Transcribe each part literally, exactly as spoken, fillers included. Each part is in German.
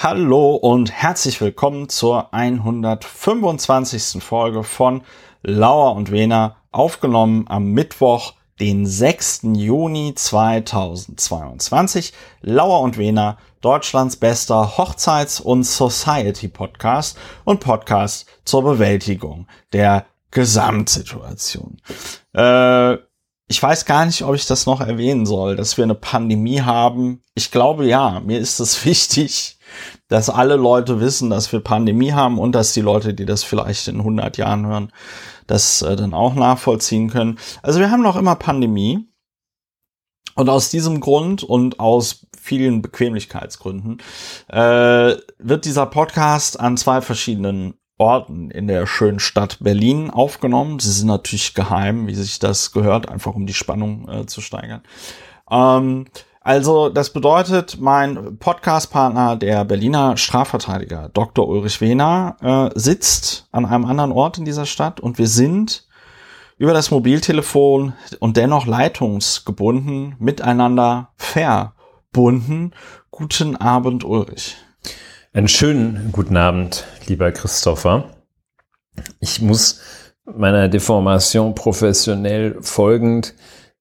Hallo und herzlich willkommen zur hundertfünfundzwanzigsten Folge von Lauer und Wehner, aufgenommen am Mittwoch, den sechsten Juni zweitausendzweiundzwanzig. Lauer und Wehner, Deutschlands bester Hochzeits- und Society-Podcast und Podcast zur Bewältigung der Gesamtsituation. Äh, ich weiß gar nicht, ob ich das noch erwähnen soll, dass wir eine Pandemie haben. Ich glaube, ja, mir ist es wichtig, dass alle Leute wissen, dass wir Pandemie haben und dass die Leute, die das vielleicht in hundert Jahren hören, das äh, dann auch nachvollziehen können. Also wir haben noch immer Pandemie und aus diesem Grund und aus vielen Bequemlichkeitsgründen äh, wird dieser Podcast an zwei verschiedenen Orten in der schönen Stadt Berlin aufgenommen. Sie sind natürlich geheim, wie sich das gehört, einfach um die Spannung äh, zu steigern. Ähm, Also, das bedeutet, mein Podcast-Partner, der Berliner Strafverteidiger Doktor Ulrich Wehner, äh, sitzt an einem anderen Ort in dieser Stadt und wir sind über das Mobiltelefon und dennoch leitungsgebunden miteinander verbunden. Guten Abend, Ulrich. Einen schönen guten Abend, lieber Christopher. Ich muss meiner Deformation professionell folgend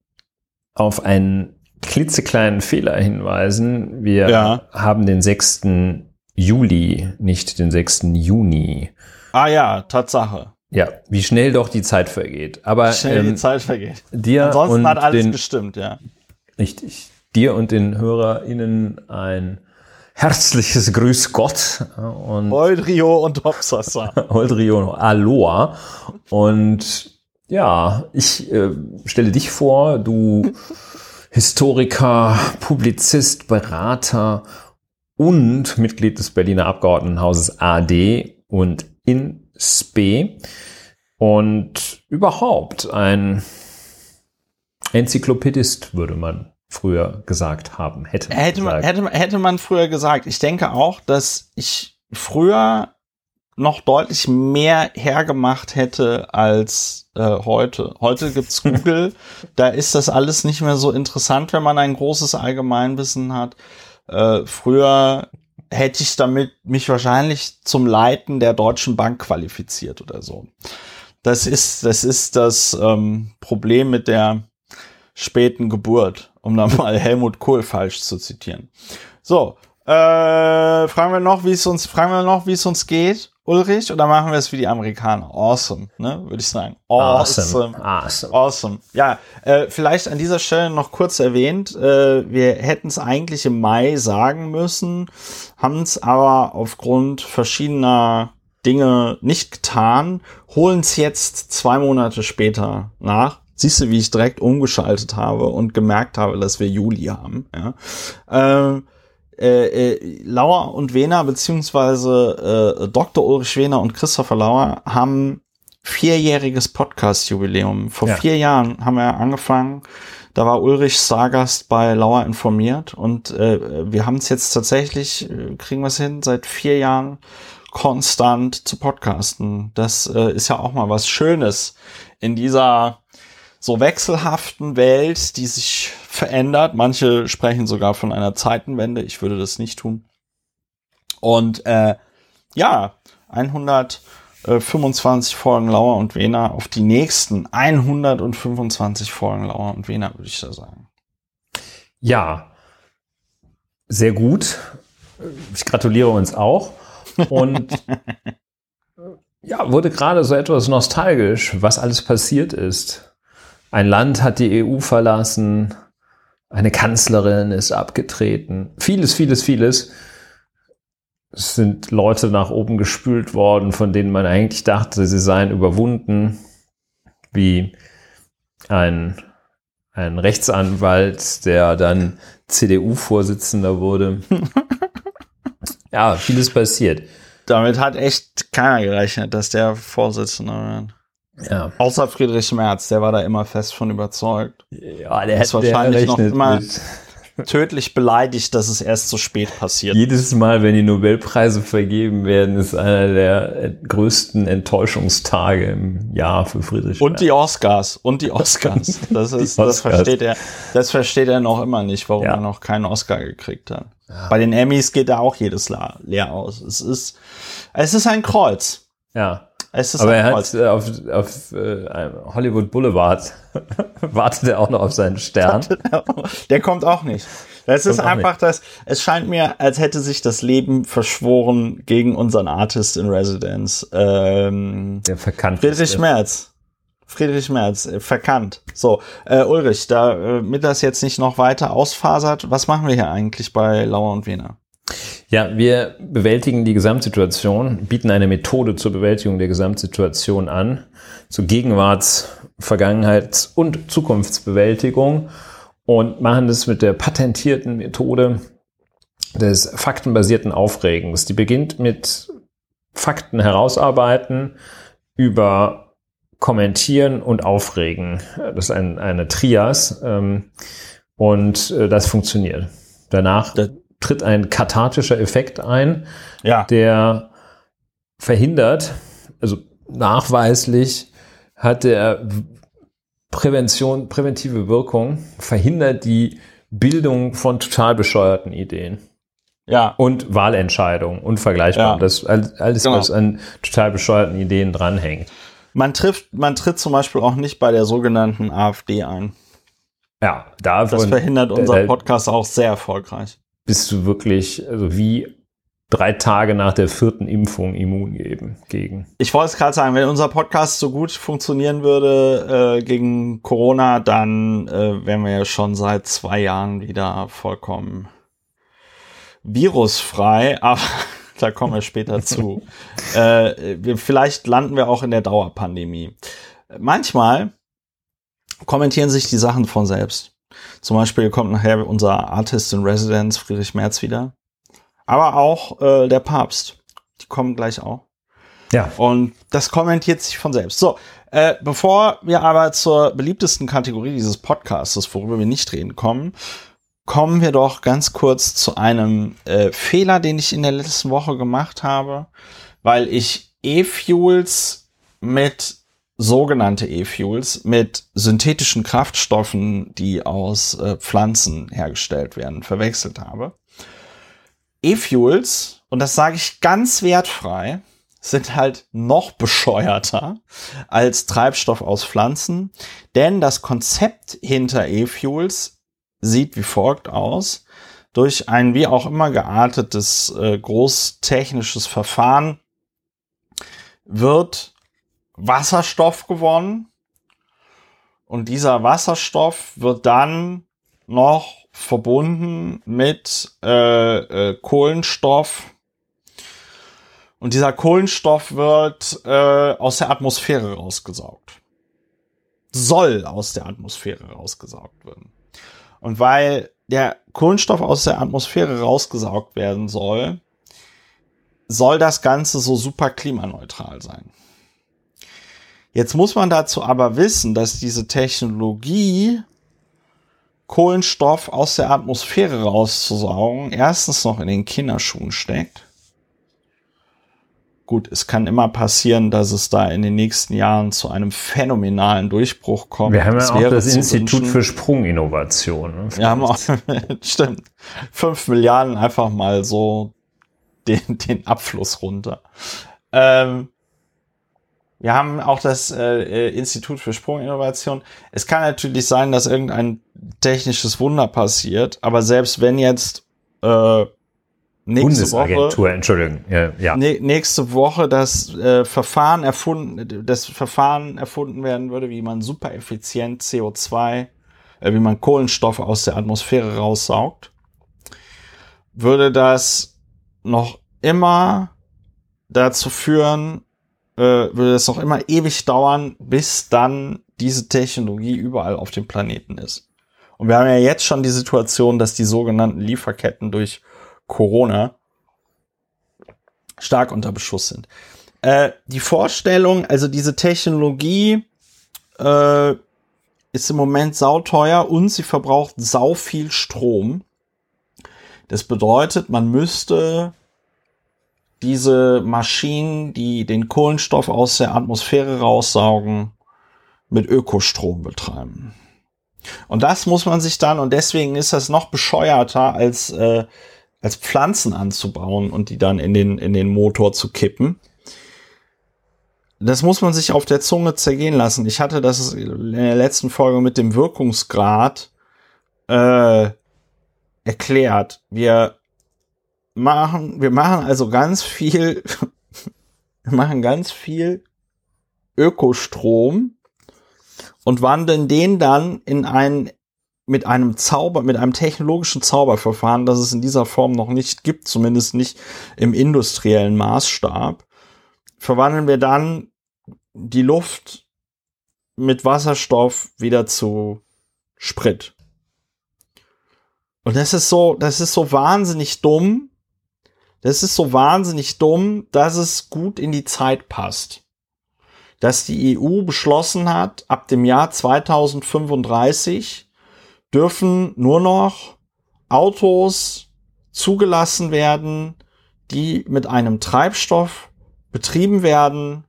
auf einen klitzekleinen Fehler hinweisen. Wir ja. haben den sechsten Juli, nicht den sechsten Juni. Ah ja, Tatsache. Ja, wie schnell doch die Zeit vergeht. Aber wie schnell ähm, die Zeit vergeht. Dir Ansonsten und hat alles den, gestimmt, ja. Richtig. Dir und den HörerInnen ein herzliches Grüß Gott. Und Oldrio und Hopsasa. Oldrio und Aloha. Und ja, ich äh, stelle dich vor, du Historiker, Publizist, Berater und Mitglied des Berliner Abgeordnetenhauses A D und in S P und überhaupt ein Enzyklopädist, würde man früher gesagt haben. Hätte man, hätte, man, hätte, hätte man früher gesagt. Ich denke auch, dass ich früher noch deutlich mehr hergemacht hätte als äh, heute. Heute gibt's Google, da ist das alles nicht mehr so interessant, wenn man ein großes Allgemeinwissen hat. Äh, früher hätte ich damit mich wahrscheinlich zum Leiten der Deutschen Bank qualifiziert oder so. Das ist das ist das ähm, Problem mit der späten Geburt, um dann mal Helmut Kohl falsch zu zitieren. So, äh, fragen wir noch, wie es uns fragen wir noch, wie es uns geht. Ulrich, oder machen wir es wie die Amerikaner? Awesome, ne, würde ich sagen. Awesome. Awesome. Awesome. awesome. Ja, äh, vielleicht an dieser Stelle noch kurz erwähnt, äh, wir hätten es eigentlich im Mai sagen müssen, haben es aber aufgrund verschiedener Dinge nicht getan, holen es jetzt zwei Monate später nach. Siehst du, wie ich direkt umgeschaltet habe und gemerkt habe, dass wir Juli haben, ja. Ähm, Äh, äh, Lauer und Wehner, beziehungsweise äh, Doktor Ulrich Wehner und Christopher Lauer haben vierjähriges Podcast-Jubiläum. Vor ja. vier Jahren haben wir angefangen. Da war Ulrich Stargast bei Lauer informiert und äh, wir haben es jetzt tatsächlich, äh, kriegen wir es hin, seit vier Jahren konstant zu podcasten. Das äh, ist ja auch mal was Schönes in dieser so wechselhaften Welt, die sich verändert. Manche sprechen sogar von einer Zeitenwende. Ich würde das nicht tun. Und äh, ja, hundertfünfundzwanzig Folgen Lauer und Wehner auf die nächsten hundertfünfundzwanzig Folgen Lauer und Wehner, würde ich da sagen. Ja, sehr gut. Ich gratuliere uns auch. Und ja, wurde gerade so etwas nostalgisch, was alles passiert ist. Ein Land hat die E U verlassen, eine Kanzlerin ist abgetreten, vieles, vieles, vieles. Es sind Leute nach oben gespült worden, von denen man eigentlich dachte, sie seien überwunden, wie ein, ein Rechtsanwalt, der dann C D U-Vorsitzender wurde. Ja, vieles passiert. Damit hat echt keiner gerechnet, dass der Vorsitzende wird. Ja. Außer Friedrich Merz, der war da immer fest von überzeugt. Ja, der ist wahrscheinlich noch immer tödlich beleidigt, dass es erst so spät passiert. Jedes Mal, wenn die Nobelpreise vergeben werden, ist einer der größten Enttäuschungstage im Jahr für Friedrich Merz. Und die Oscars. Und die Oscars. Das ist, das versteht er, das versteht er noch immer nicht, warum ja. er noch keinen Oscar gekriegt hat. Ja. Bei den Emmys geht da auch jedes La- leer aus. Es ist, es ist ein Kreuz. Ja. Es ist Aber ein er Kreuz. hat äh, auf, auf äh, Hollywood Boulevard wartet er auch noch auf seinen Stern. Der kommt auch nicht. Das ist einfach das, es scheint mir, als hätte sich das Leben verschworen gegen unseren Artist in Residence. Ähm, Der verkannt Friedrich Merz. Friedrich Merz, äh, verkannt. So, äh, Ulrich, damit das jetzt nicht noch weiter ausfasert, was machen wir hier eigentlich bei Lauer und Wiener? Ja, wir bewältigen die Gesamtsituation, bieten eine Methode zur Bewältigung der Gesamtsituation an, zur Gegenwarts-, Vergangenheits- und Zukunftsbewältigung und machen das mit der patentierten Methode des faktenbasierten Aufregens. Die beginnt mit Fakten herausarbeiten, über kommentieren und aufregen. Das ist ein, eine Trias ähm, und äh, das funktioniert. Danach das tritt ein kathartischer Effekt ein, ja. der verhindert, also nachweislich hat der Prävention, präventive Wirkung, verhindert die Bildung von total bescheuerten Ideen. Ja. Und Wahlentscheidungen, unvergleichbar. Ja. Das alles, genau. Was an total bescheuerten Ideen dranhängt. Man trifft, man tritt zum Beispiel auch nicht bei der sogenannten AfD ein. Ja, da das verhindert unser Podcast auch sehr erfolgreich. Bist du wirklich, also wie drei Tage nach der vierten Impfung immun geben gegen. Ich wollte es gerade sagen, wenn unser Podcast so gut funktionieren würde äh, gegen Corona, dann äh, wären wir ja schon seit zwei Jahren wieder vollkommen virusfrei, aber da kommen wir später zu. Äh, wir, vielleicht landen wir auch in der Dauerpandemie. Manchmal kommentieren sich die Sachen von selbst. Zum Beispiel kommt nachher unser Artist in Residence, Friedrich Merz, wieder. Aber auch äh, der Papst. Die kommen gleich auch. Ja. Und das kommentiert sich von selbst. So, äh, bevor wir aber zur beliebtesten Kategorie dieses Podcasts, worüber wir nicht reden, kommen, kommen wir doch ganz kurz zu einem äh, Fehler, den ich in der letzten Woche gemacht habe, weil ich E-Fuels mit sogenannte E-Fuels mit synthetischen Kraftstoffen, die aus äh, Pflanzen hergestellt werden, verwechselt habe. E-Fuels, und das sage ich ganz wertfrei, sind halt noch bescheuerter als Treibstoff aus Pflanzen, denn das Konzept hinter E-Fuels sieht wie folgt aus. Durch ein wie auch immer geartetes äh, großtechnisches Verfahren wird Wasserstoff gewonnen und dieser Wasserstoff wird dann noch verbunden mit äh, äh, Kohlenstoff und dieser Kohlenstoff wird äh, aus der Atmosphäre rausgesaugt. Soll aus der Atmosphäre rausgesaugt werden. Und weil der Kohlenstoff aus der Atmosphäre rausgesaugt werden soll, soll das Ganze so super klimaneutral sein. Jetzt muss man dazu aber wissen, dass diese Technologie, Kohlenstoff aus der Atmosphäre rauszusaugen, erstens noch in den Kinderschuhen steckt. Gut, es kann immer passieren, dass es da in den nächsten Jahren zu einem phänomenalen Durchbruch kommt. Wir haben ja das auch das Institut wünschen. für Sprunginnovation. Ne? Wir haben auch, stimmt, fünf Milliarden einfach mal so den, den Abfluss runter. Ähm, Wir haben auch das äh, Institut für Sprunginnovation. Es kann natürlich sein, dass irgendein technisches Wunder passiert, aber selbst wenn jetzt äh, nächste Bundesagentur, Woche, Entschuldigung, ja, ja. Ne, nächste Woche das äh, Verfahren erfunden, das Verfahren erfunden werden würde, wie man super effizient C O zwei, äh, wie man Kohlenstoff aus der Atmosphäre raussaugt, würde das noch immer dazu führen, würde es noch immer ewig dauern, bis dann diese Technologie überall auf dem Planeten ist. Und wir haben ja jetzt schon die Situation, dass die sogenannten Lieferketten durch Corona stark unter Beschuss sind. Äh, die Vorstellung, also diese Technologie äh, ist im Moment sauteuer und sie verbraucht sau viel Strom. Das bedeutet, man müsste diese Maschinen, die den Kohlenstoff aus der Atmosphäre raussaugen, mit Ökostrom betreiben. Und das muss man sich dann, und deswegen ist das noch bescheuerter als äh, als Pflanzen anzubauen und die dann in den, in den Motor zu kippen. Das muss man sich auf der Zunge zergehen lassen. Ich hatte das in der letzten Folge mit dem Wirkungsgrad äh, erklärt. Wir machen, wir machen also ganz viel, wir machen ganz viel Ökostrom und wandeln den dann in ein, mit einem Zauber, mit einem technologischen Zauberverfahren, das es in dieser Form noch nicht gibt, zumindest nicht im industriellen Maßstab, verwandeln wir dann die Luft mit Wasserstoff wieder zu Sprit. Und das ist so, das ist so wahnsinnig dumm. Das ist so wahnsinnig dumm, dass es gut in die Zeit passt. Dass die E U beschlossen hat, ab dem Jahr zweitausendfünfunddreißig dürfen nur noch Autos zugelassen werden, die mit einem Treibstoff betrieben werden,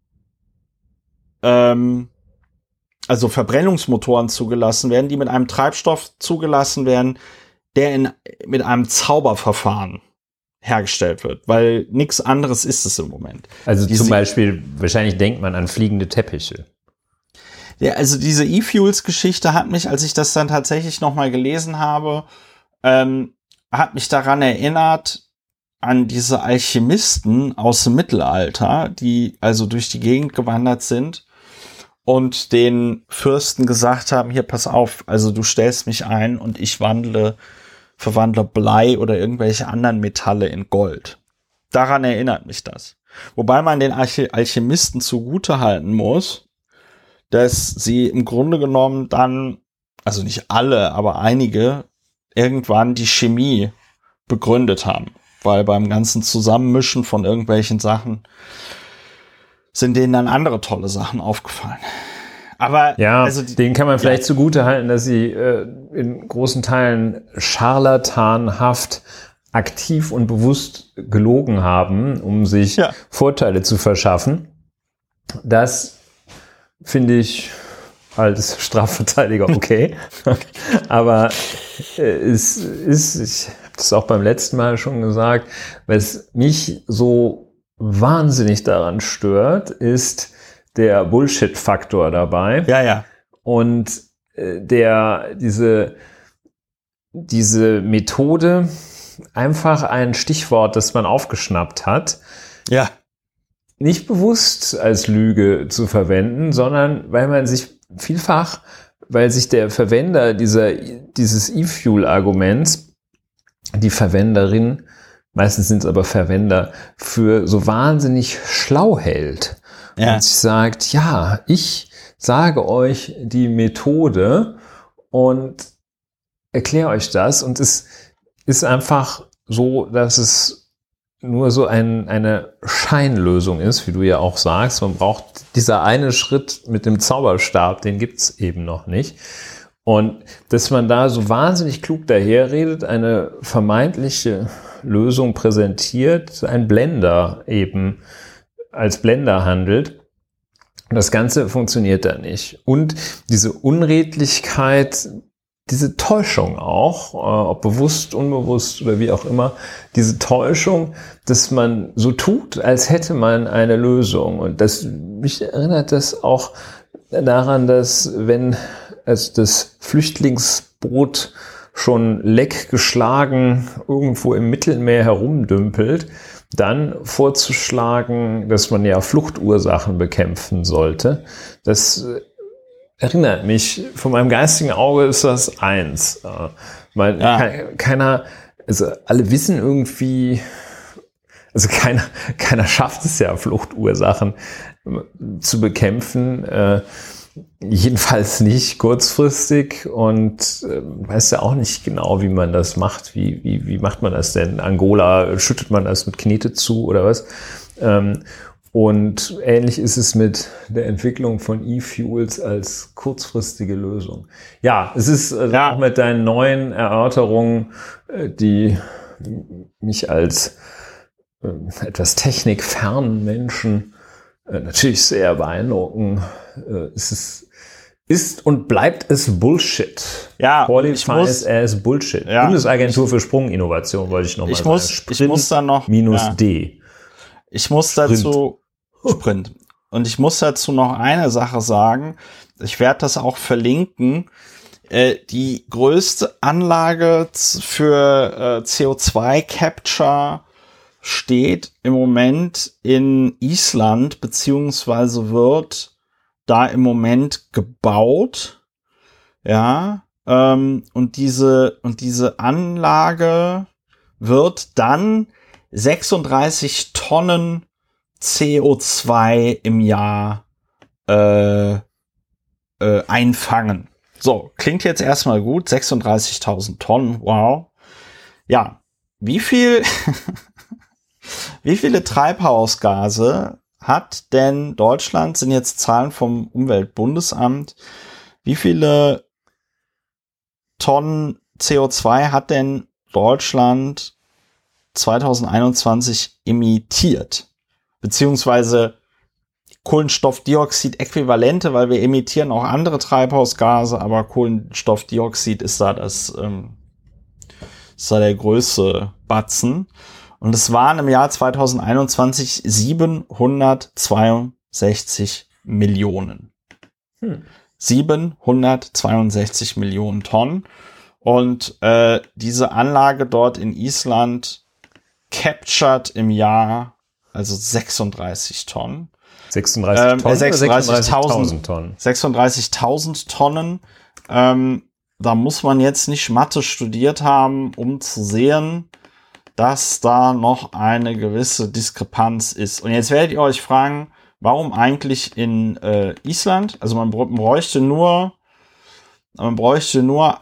ähm, also Verbrennungsmotoren zugelassen werden, die mit einem Treibstoff zugelassen werden, der in, mit einem Zauberverfahren hergestellt wird, weil nichts anderes ist es im Moment. Also diese, zum Beispiel, wahrscheinlich denkt man an fliegende Teppiche. Ja, also diese E-Fuels-Geschichte hat mich, als ich das dann tatsächlich nochmal gelesen habe, ähm, hat mich daran erinnert, an diese Alchemisten aus dem Mittelalter, die also durch die Gegend gewandert sind und den Fürsten gesagt haben, hier, pass auf, also du stellst mich ein und ich wandle, verwandle Blei oder irgendwelche anderen Metalle in Gold. Daran erinnert mich das. Wobei man den Alch- Alchemisten zugutehalten muss, dass sie im Grunde genommen dann, also nicht alle, aber einige, irgendwann die Chemie begründet haben. Weil beim ganzen Zusammenmischen von irgendwelchen Sachen sind denen dann andere tolle Sachen aufgefallen. Aber ja, also die, denen kann man vielleicht ja. zugute halten, dass sie äh, in großen Teilen scharlatanhaft aktiv und bewusst gelogen haben, um sich ja. Vorteile zu verschaffen. Das finde ich als Strafverteidiger okay. Aber äh, es ist, ich habe das auch beim letzten Mal schon gesagt, was mich so wahnsinnig daran stört, ist der Bullshit-Faktor dabei. Ja, ja. Und äh, der, diese, diese Methode, einfach ein Stichwort, das man aufgeschnappt hat, ja, nicht bewusst als Lüge zu verwenden, sondern weil man sich vielfach, weil sich der Verwender dieser, dieses E-Fuel-Arguments, die Verwenderin, meistens sind es aber Verwender, für so wahnsinnig schlau hält. Ja. Und sie sagt, ja, ich sage euch die Methode und erkläre euch das. Und es ist einfach so, dass es nur so ein, eine Scheinlösung ist, wie du ja auch sagst. Man braucht dieser eine Schritt mit dem Zauberstab, den gibt's eben noch nicht. Und dass man da so wahnsinnig klug daherredet, eine vermeintliche Lösung präsentiert, ein Blender eben als Blender handelt. Das Ganze funktioniert da nicht. Und diese Unredlichkeit, diese Täuschung auch, ob bewusst, unbewusst oder wie auch immer, diese Täuschung, dass man so tut, als hätte man eine Lösung. Und das, mich erinnert das auch daran, dass wenn also das Flüchtlingsboot schon leck geschlagen irgendwo im Mittelmeer herumdümpelt, dann vorzuschlagen, dass man ja Fluchtursachen bekämpfen sollte. Das erinnert mich, von meinem geistigen Auge ist das eins. Weil ja. keiner, also alle wissen irgendwie, also keiner, keiner schafft es ja, Fluchtursachen zu bekämpfen. Äh, jedenfalls nicht kurzfristig und äh, weiß ja auch nicht genau, wie man das macht. Wie, wie, wie macht man das denn? Angola, schüttet man das mit Knete zu oder was? Ähm, und ähnlich ist es mit der Entwicklung von E-Fuels als kurzfristige Lösung. Ja, es ist äh, ja. auch mit deinen neuen Erörterungen, äh, die mich als äh, etwas technikfernen Menschen äh, natürlich sehr beeindrucken. Äh, es ist ist und bleibt es Bullshit. Ja, Qualifies as Bullshit. Ja, Bundesagentur für Sprunginnovation, wollte ich nochmal ich sagen. muss, Sprint ich muss dann noch minus ja, D. Ich muss Sprint. dazu Sprint. Und ich muss dazu noch eine Sache sagen. Ich werde das auch verlinken. Äh, die größte Anlage für äh, C O zwei Capture steht im Moment in Island, beziehungsweise wird da im Moment gebaut. Ja, ähm, und diese, und diese Anlage wird dann sechsunddreißig Tonnen C O zwei im Jahr äh, äh, einfangen. So, klingt jetzt erstmal gut. sechsunddreißigtausend Tonnen, wow. Ja, wie viel, wie viele Treibhausgase hat denn Deutschland, sind jetzt Zahlen vom Umweltbundesamt, wie viele Tonnen C O zwei hat denn Deutschland zweitausendeinundzwanzig emittiert? Beziehungsweise Kohlenstoffdioxid-Äquivalente, weil wir emittieren auch andere Treibhausgase, aber Kohlenstoffdioxid ist da das, ähm, ist da der größte Batzen. Und es waren im Jahr zweitausendeinundzwanzig siebenhundertzweiundsechzig Millionen. Hm. siebenhundertzweiundsechzig Millionen Tonnen. Und äh, diese Anlage dort in Island captured im Jahr also sechsunddreißig Tonnen. sechsunddreißig Tonnen? Ähm, sechsunddreißigtausend Tonnen. sechsunddreißigtausend Tonnen. Ähm, da muss man jetzt nicht Mathe studiert haben, um zu sehen, dass da noch eine gewisse Diskrepanz ist. Und jetzt werdet ihr euch fragen, warum eigentlich in äh, Island? Also man bräuchte nur, man bräuchte nur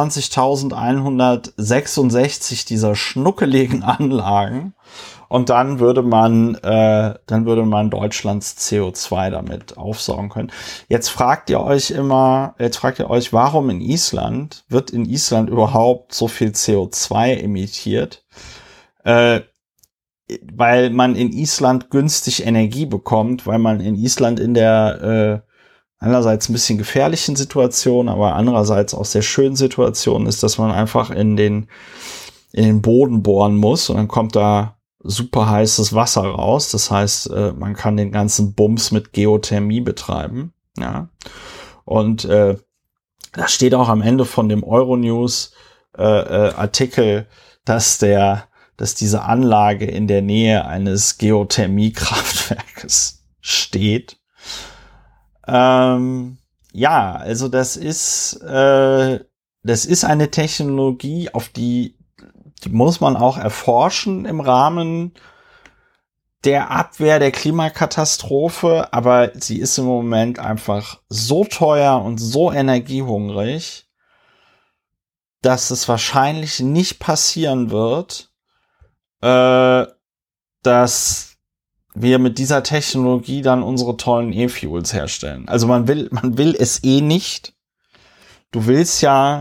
einundzwanzigtausendeinhundertsechsundsechzig dieser schnuckeligen Anlagen. Und dann würde man, äh, dann würde man Deutschlands C O zwei damit aufsaugen können. Jetzt fragt ihr euch immer, jetzt fragt ihr euch, warum in Island, wird in Island überhaupt so viel C O zwei emittiert? Äh, weil man in Island günstig Energie bekommt, weil man in Island in der, äh, einerseits ein bisschen gefährlichen Situation, aber andererseits auch sehr schönen Situation ist, dass man einfach in den, in den Boden bohren muss und dann kommt da super heißes Wasser raus. Das heißt, äh, man kann den ganzen Bums mit Geothermie betreiben. Ja. Und äh, da steht auch am Ende von dem Euronews äh, äh, Artikel, dass der, dass diese Anlage in der Nähe eines Geothermiekraftwerkes steht. Ähm, ja, also das ist, äh, das ist eine Technologie, auf die Die muss man auch erforschen im Rahmen der Abwehr der Klimakatastrophe, aber sie ist im Moment einfach so teuer und so energiehungrig, dass es wahrscheinlich nicht passieren wird, äh, dass wir mit dieser Technologie dann unsere tollen E-Fuels herstellen. Also man will, man will es eh nicht. Du willst ja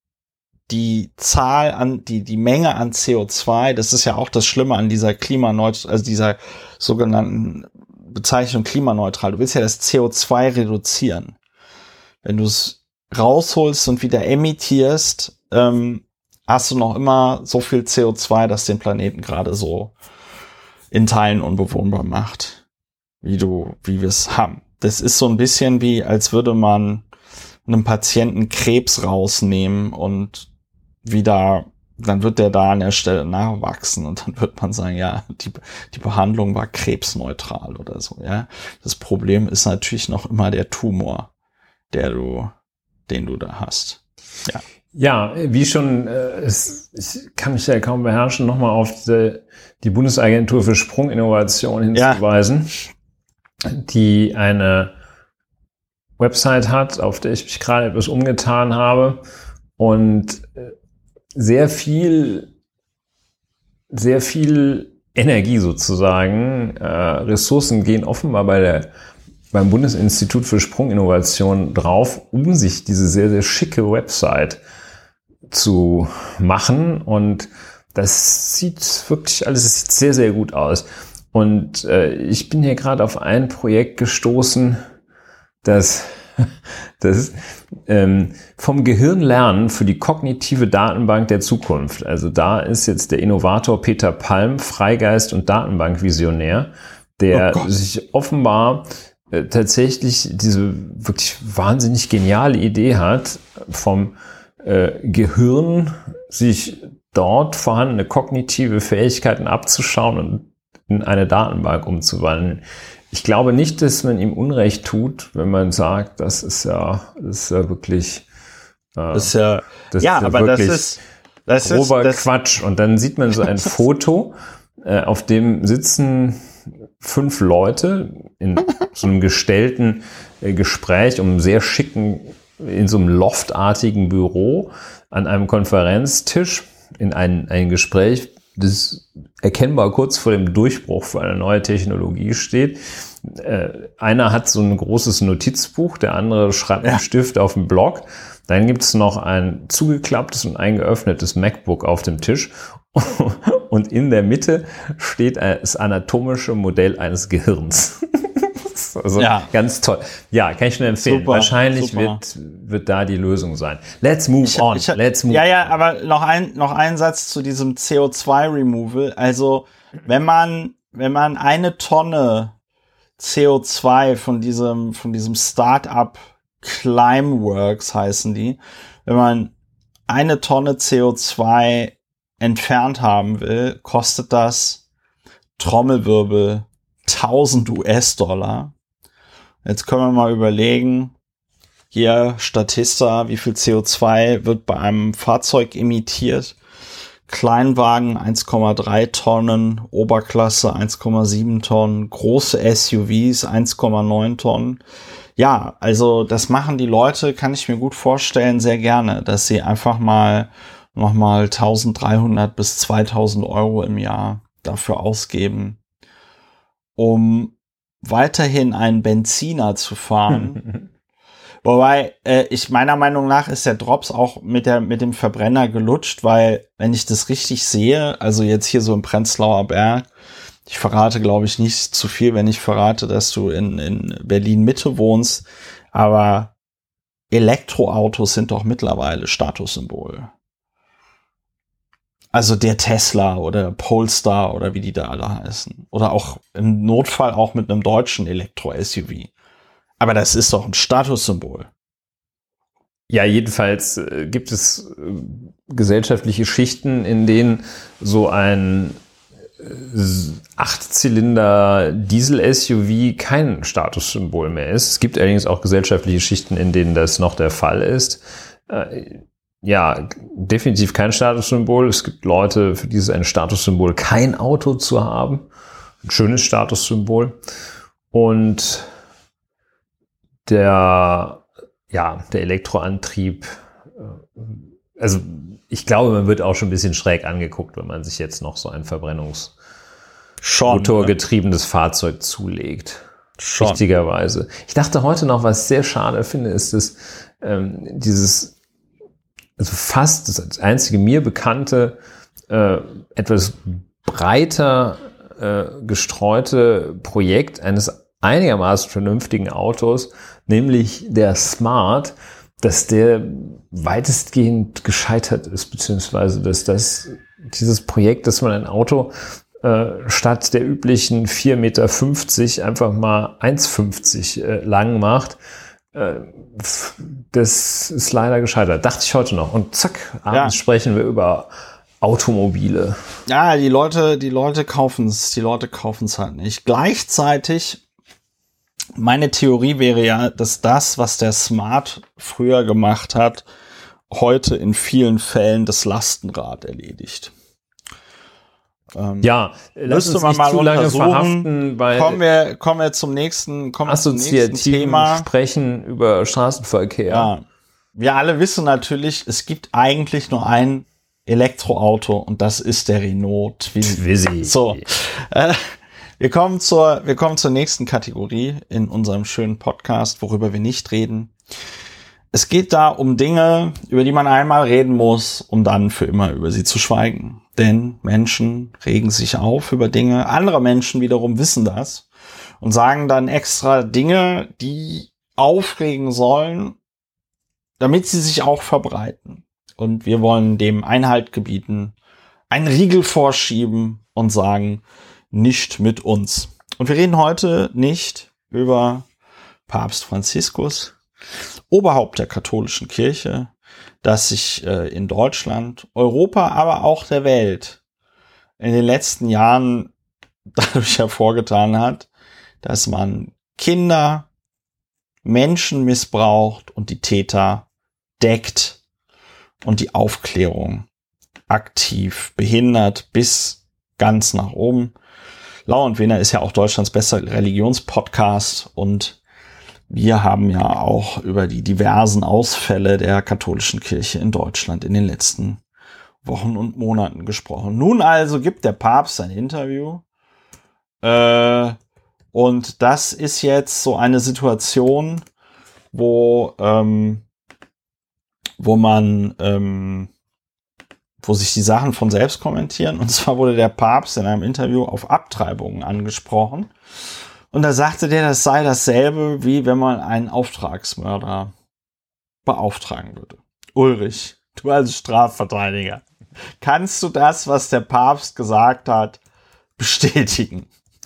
die Zahl an, die, die Menge an C O zwei, das ist ja auch das Schlimme an dieser klimaneutral, also dieser sogenannten Bezeichnung klimaneutral. Du willst ja das C O zwei reduzieren. Wenn du es rausholst und wieder emittierst, ähm, hast du noch immer so viel C O zwei, dass den Planeten gerade so in Teilen unbewohnbar macht, wie du, wie wir es haben. Das ist so ein bisschen wie, als würde man einem Patienten Krebs rausnehmen und wieder, dann wird der da an der Stelle nachwachsen und dann wird man sagen, ja, die, die Behandlung war krebsneutral oder so, ja. Das Problem ist natürlich noch immer der Tumor, der du, den du da hast. Ja. Ja, wie schon, äh, es, ich kann mich ja kaum beherrschen, nochmal auf die, die Bundesagentur für Sprunginnovation hinzuweisen, ja. Die eine Website hat, auf der ich mich gerade etwas umgetan habe und sehr viel, sehr viel Energie sozusagen, äh, Ressourcen gehen offenbar bei der, beim Bundesinstitut für Sprunginnovation drauf, um sich diese sehr, sehr schicke Website zu machen. Und das sieht wirklich alles, es sieht sehr, sehr gut aus. Und äh, ich bin hier gerade auf ein Projekt gestoßen, das Das ist ähm, vom Gehirn lernen für die kognitive Datenbank der Zukunft. Also da ist jetzt der Innovator Peter Palm, Freigeist und Datenbankvisionär, der oh sich offenbar äh, tatsächlich diese wirklich wahnsinnig geniale Idee hat, vom äh, Gehirn sich dort vorhandene kognitive Fähigkeiten abzuschauen und in eine Datenbank umzuwandeln. Ich glaube nicht, dass man ihm Unrecht tut, wenn man sagt, das ist ja, das ist ja wirklich, äh, das ist ja, das ja, ist ja aber wirklich das ist, das grober ist, das Quatsch. Und dann sieht man so ein Foto, äh, auf dem sitzen fünf Leute in so einem gestellten äh, Gespräch um einen sehr schicken, in so einem loftartigen Büro an einem Konferenztisch in ein, ein Gespräch, das erkennbar kurz vor dem Durchbruch für eine neue Technologie steht. Äh, einer hat so ein großes Notizbuch, der andere schreibt ja. einen Stift auf den Block. Dann gibt es noch ein zugeklapptes und ein geöffnetes MacBook auf dem Tisch. Und in der Mitte steht das anatomische Modell eines Gehirns. Also ja. ganz toll. Ja, kann ich nur empfehlen. Super, Wahrscheinlich super. Wird, wird da die Lösung sein. Let's move ich, on. Ich, Let's move ja, ja, aber noch ein, noch ein Satz zu diesem C O zwei Removal. Also, wenn man, wenn man eine Tonne C O zwei von diesem, von diesem Startup Climeworks heißen die, wenn man eine Tonne C O zwei entfernt haben will, kostet das Trommelwirbel tausend US-Dollar. Jetzt können wir mal überlegen, hier Statista, wie viel C O zwei wird bei einem Fahrzeug emittiert? Kleinwagen eins Komma drei Tonnen, Oberklasse eins Komma sieben Tonnen, große S U Vs eins Komma neun Tonnen. Ja, also das machen die Leute, kann ich mir gut vorstellen, sehr gerne, dass sie einfach mal nochmal eintausenddreihundert bis zweitausend Euro im Jahr dafür ausgeben, um weiterhin einen Benziner zu fahren. Wobei, äh, ich meiner Meinung nach ist der Drops auch mit der mit dem Verbrenner gelutscht, weil, wenn ich das richtig sehe, also jetzt hier so im Prenzlauer Berg, ich verrate, glaube ich, nicht zu viel, wenn ich verrate, dass du in, in Berlin-Mitte wohnst, aber Elektroautos sind doch mittlerweile Statussymbol. Also der Tesla oder Polestar oder wie die da alle heißen. Oder auch im Notfall auch mit einem deutschen Elektro-S U V. Aber das ist doch ein Statussymbol. Ja, jedenfalls äh, gibt es äh, gesellschaftliche Schichten, in denen so ein äh, Achtzylinder Diesel-S U V kein Statussymbol mehr ist. Es gibt allerdings auch gesellschaftliche Schichten, in denen das noch der Fall ist. Äh, Ja, definitiv kein Statussymbol. Es gibt Leute, für die ist ein Statussymbol, kein Auto zu haben. Ein schönes Statussymbol. Und der, ja, der Elektroantrieb, also ich glaube, man wird auch schon ein bisschen schräg angeguckt, wenn man sich jetzt noch so ein Verbrennungsmotorgetriebenes Fahrzeug zulegt. Schon. Richtigerweise. Ich dachte heute noch, was ich sehr schade finde, ist, dass ähm, dieses also fast das einzige mir bekannte, äh, etwas breiter äh, gestreute Projekt eines einigermaßen vernünftigen Autos, nämlich der Smart, dass der weitestgehend gescheitert ist, beziehungsweise dass das dieses Projekt, dass man ein Auto äh, statt der üblichen vier Meter fünfzig einfach mal eins fünfzig äh, lang macht, das ist leider gescheitert. Dachte ich heute noch. Und zack, abends ja. sprechen wir über Automobile. Ja, die Leute, die Leute kaufen es, die Leute kaufen es halt nicht. Gleichzeitig, meine Theorie wäre ja, dass das, was der Smart früher gemacht hat, heute in vielen Fällen das Lastenrad erledigt. Ähm, ja, lass uns nicht mal zu lange verhaften, weil kommen wir, kommen wir zum nächsten, kommen wir zum nächsten Thema. Sprechen über Straßenverkehr. Ja. Wir alle wissen natürlich, es gibt eigentlich nur ein Elektroauto und das ist der Renault Twizy. Twizy. So, äh, wir kommen zur, wir kommen zur nächsten Kategorie in unserem schönen Podcast, worüber wir nicht reden. Es geht da um Dinge, über die man einmal reden muss, um dann für immer über sie zu schweigen. Denn Menschen regen sich auf über Dinge. Andere Menschen wiederum wissen das und sagen dann extra Dinge, die aufregen sollen, damit sie sich auch verbreiten. Und wir wollen dem Einhalt gebieten, einen Riegel vorschieben und sagen, nicht mit uns. Und wir reden heute nicht über Papst Franziskus, Oberhaupt der katholischen Kirche, das sich äh, in Deutschland, Europa, aber auch der Welt in den letzten Jahren dadurch hervorgetan hat, dass man Kinder, Menschen missbraucht und die Täter deckt und die Aufklärung aktiv behindert bis ganz nach oben. Lauer und Wener ist ja auch Deutschlands bester Religionspodcast und wir haben ja auch über die diversen Ausfälle der katholischen Kirche in Deutschland in den letzten Wochen und Monaten gesprochen. Nun also gibt der Papst ein Interview äh, und das ist jetzt so eine Situation, wo ähm, wo man ähm, wo sich die Sachen von selbst kommentieren. Und zwar wurde der Papst in einem Interview auf Abtreibungen angesprochen. Und da sagte der, das sei dasselbe, wie wenn man einen Auftragsmörder beauftragen würde. Ulrich, du als Strafverteidiger, kannst du das, was der Papst gesagt hat, bestätigen?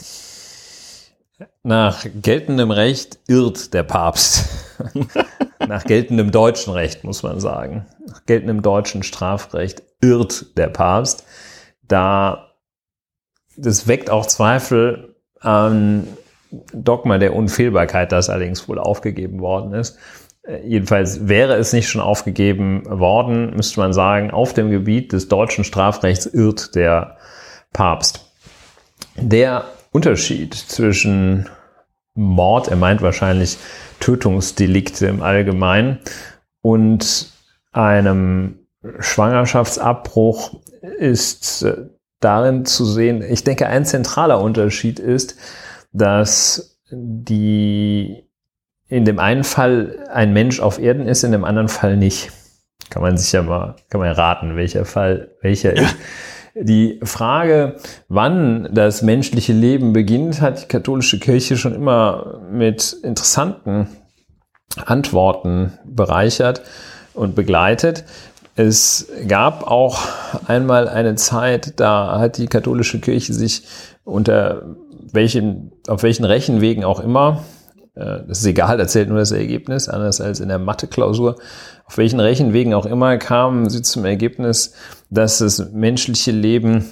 Nach geltendem Recht irrt der Papst. Nach geltendem deutschen Recht, muss man sagen. Nach geltendem deutschen Strafrecht irrt der Papst. Da, das weckt auch Zweifel an Dogma der Unfehlbarkeit, das allerdings wohl aufgegeben worden ist. Jedenfalls wäre es nicht schon aufgegeben worden, müsste man sagen, auf dem Gebiet des deutschen Strafrechts irrt der Papst. Der Unterschied zwischen Mord, er meint wahrscheinlich Tötungsdelikte im Allgemeinen, und einem Schwangerschaftsabbruch ist darin zu sehen, ich denke, ein zentraler Unterschied ist, dass die in dem einen Fall ein Mensch auf Erden ist, in dem anderen Fall nicht. Kann man sich ja mal, kann man raten, welcher Fall welcher ist. Die Frage, wann das menschliche Leben beginnt, hat die katholische Kirche schon immer mit interessanten Antworten bereichert und begleitet. Es gab auch einmal eine Zeit, da hat die katholische Kirche sich unter welchen, auf welchen Rechenwegen auch immer, das ist egal, erzählt nur das Ergebnis, anders als in der Mathe-Klausur, auf welchen Rechenwegen auch immer kamen sie zum Ergebnis, dass das menschliche Leben,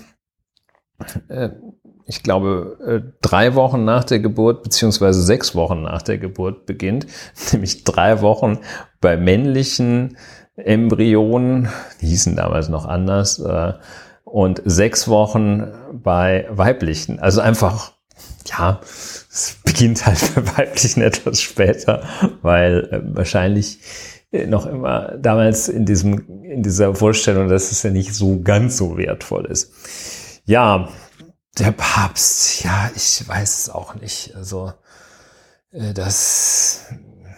ich glaube, drei Wochen nach der Geburt beziehungsweise sechs Wochen nach der Geburt beginnt, nämlich drei Wochen bei männlichen Embryonen, die hießen damals noch anders, und sechs Wochen bei weiblichen. Also einfach, ja, es beginnt halt bei weiblichen etwas später, weil wahrscheinlich noch immer damals in diesem, in dieser Vorstellung, dass es ja nicht so ganz so wertvoll ist. Ja, der Papst, ja, ich weiß es auch nicht. Also, das,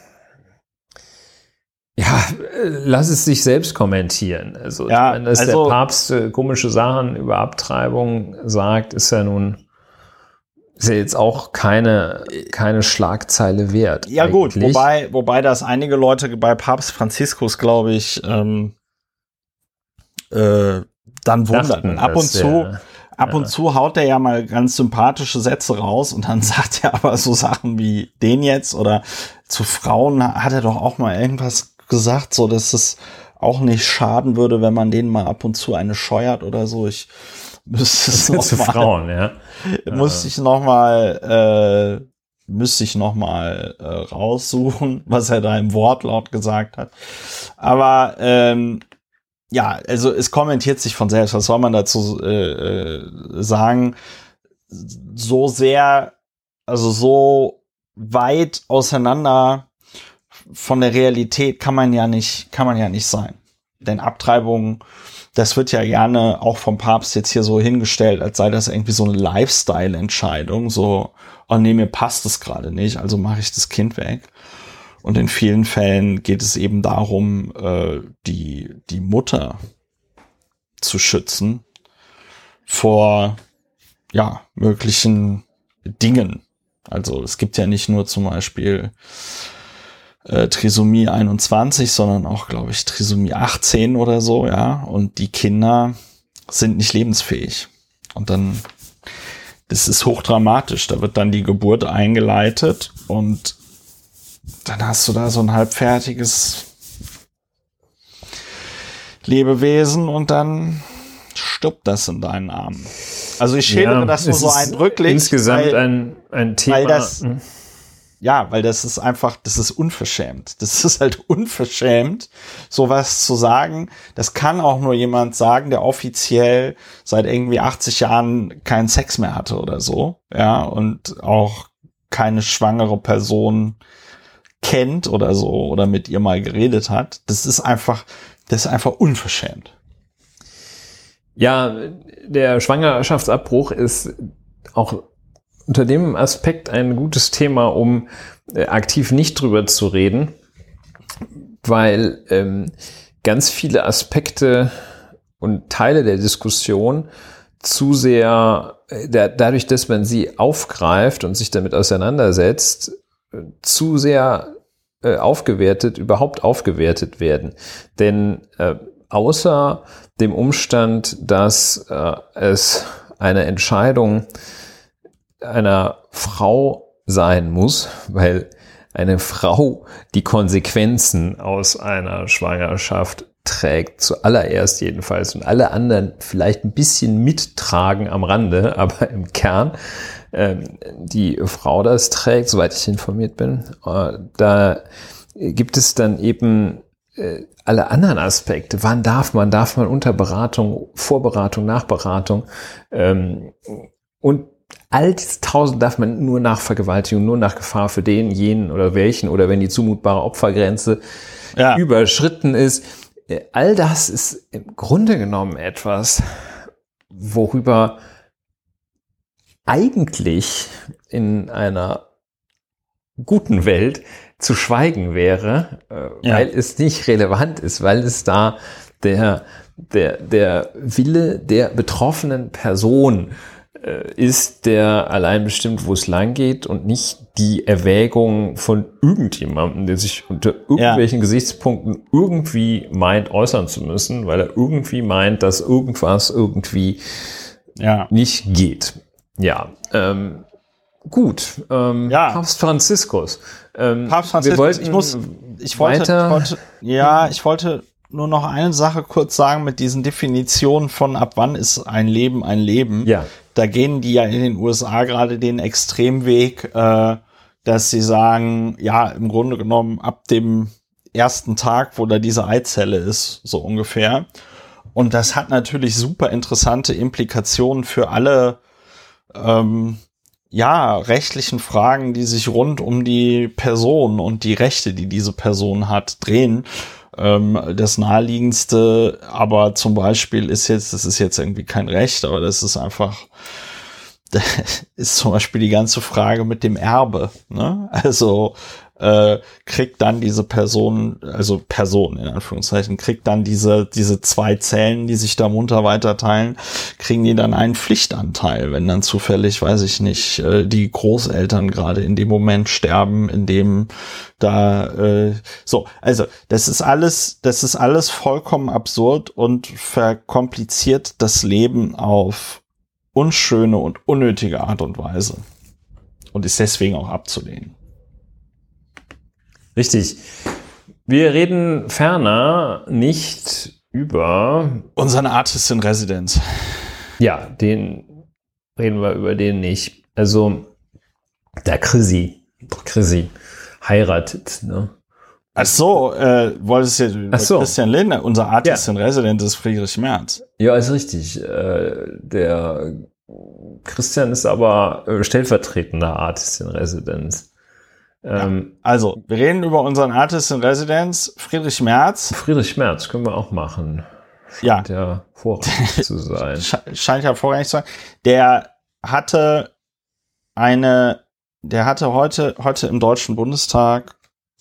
ja, lass es sich selbst kommentieren. Also, ja, wenn das also, der Papst äh, komische Sachen über Abtreibung sagt, ist ja nun, ist ja jetzt auch keine, keine Schlagzeile wert. Ja eigentlich. Gut, wobei, wobei das einige Leute bei Papst Franziskus, glaube ich, ähm, äh, dann wundern. Ab und zu, der, ab ja. und zu haut er ja mal ganz sympathische Sätze raus und dann sagt er aber so Sachen wie den jetzt, oder zu Frauen hat er doch auch mal irgendwas gesagt, so dass es auch nicht schaden würde, wenn man denen mal ab und zu eine scheuert oder so. Ich müsste es noch zu mal, Frauen, ja. Musste ich noch mal, äh, müsste ich noch mal äh, raussuchen, was er da im Wortlaut gesagt hat. Aber ähm, ja, also es kommentiert sich von selbst. Was soll man dazu äh, sagen? So sehr, also so weit auseinander von der Realität kann man ja nicht, kann man ja nicht sein. Denn Abtreibungen, das wird ja gerne auch vom Papst jetzt hier so hingestellt, als sei das irgendwie so eine Lifestyle-Entscheidung. So, oh nee, mir passt es gerade nicht, also mache ich das Kind weg. Und in vielen Fällen geht es eben darum, äh, die, die Mutter zu schützen vor, ja, möglichen Dingen. Also es gibt ja nicht nur zum Beispiel äh, Trisomie einundzwanzig, sondern auch, glaube ich, Trisomie achtzehn oder so, ja. Und die Kinder sind nicht lebensfähig. Und dann, das ist hochdramatisch. Da wird dann die Geburt eingeleitet und dann hast du da so ein halbfertiges Lebewesen und dann stirbt das in deinen Armen. Also ich schildere ja, das nur so eindrücklich. Insgesamt weil, ein, ein Thema. Weil das, ja, weil das ist einfach, das ist unverschämt. Das ist halt unverschämt, sowas zu sagen. Das kann auch nur jemand sagen, der offiziell seit irgendwie achtzig Jahren keinen Sex mehr hatte oder so. Ja, und auch keine schwangere Person kennt oder so oder mit ihr mal geredet hat. Das ist einfach, das ist einfach unverschämt. Ja, der Schwangerschaftsabbruch ist auch unter dem Aspekt ein gutes Thema, um äh, aktiv nicht drüber zu reden, weil ähm, ganz viele Aspekte und Teile der Diskussion zu sehr, äh, da, dadurch, dass man sie aufgreift und sich damit auseinandersetzt, äh, zu sehr äh, aufgewertet, überhaupt aufgewertet werden. Denn äh, außer dem Umstand, dass äh, es eine Entscheidung einer Frau sein muss, weil eine Frau die Konsequenzen aus einer Schwangerschaft trägt, zuallererst jedenfalls, und alle anderen vielleicht ein bisschen mittragen am Rande, aber im Kern ähm, die Frau das trägt, soweit ich informiert bin. Äh, da gibt es dann eben äh, alle anderen Aspekte. Wann darf man? Darf man unter Beratung, Vorberatung, Nachberatung ähm, und all diese tausend darf man nur nach Vergewaltigung, nur nach Gefahr für den, jenen oder welchen oder wenn die zumutbare Opfergrenze ja. überschritten ist. All das ist im Grunde genommen etwas, worüber eigentlich in einer guten Welt zu schweigen wäre, ja. weil es nicht relevant ist, weil es da der, der, der Wille der betroffenen Person ist, der allein bestimmt, wo es lang geht und nicht die Erwägung von irgendjemandem, der sich unter irgendwelchen ja. Gesichtspunkten irgendwie meint, äußern zu müssen, weil er irgendwie meint, dass irgendwas irgendwie ja. nicht geht. Ja, ähm, gut. Ähm, ja. Papst Franziskus. Ähm, Papst Franziskus, wir wollten ich muss, ich wollte, weiter, ich wollte, ja, ich wollte nur noch eine Sache kurz sagen mit diesen Definitionen von ab wann ist ein Leben ein Leben. Ja. Da gehen die ja in den U S A gerade den Extremweg, äh, dass sie sagen, ja, im Grunde genommen ab dem ersten Tag, wo da diese Eizelle ist, so ungefähr. Und das hat natürlich super interessante Implikationen für alle, ähm, ja, rechtlichen Fragen, die sich rund um die Person und die Rechte, die diese Person hat, drehen. Ähm, das naheliegendste, aber zum Beispiel ist jetzt, das ist jetzt irgendwie kein Recht, aber das ist einfach, das ist zum Beispiel die ganze Frage mit dem Erbe, ne? Also, äh, kriegt dann diese Person, also Person in Anführungszeichen, kriegt dann diese, diese zwei Zellen, die sich da munter weiterteilen, kriegen die dann einen Pflichtanteil, wenn dann zufällig, weiß ich nicht, äh, die Großeltern gerade in dem Moment sterben, in dem da, äh, so, also, das ist alles, das ist alles vollkommen absurd und verkompliziert das Leben auf unschöne und unnötige Art und Weise und ist deswegen auch abzulehnen. Richtig. Wir reden ferner nicht über unseren Artist in Residence. Ja, den reden wir über den nicht. Also der Chrissy, Chrissy heiratet, ne? Ach so, äh, wolltest du ja so. Christian Lindner, unser Artist ja. in Residence ist Friedrich Merz. Ja, ist richtig. Äh, der Christian ist aber äh, stellvertretender Artist in Residence. Ja, also, wir reden über unseren Artist in Residence, Friedrich Merz. Friedrich Merz können wir auch machen. Scheint ja, ja vorrangig zu sein. Scheint ja vorrangig zu sein. Der hatte eine, der hatte heute, heute im Deutschen Bundestag,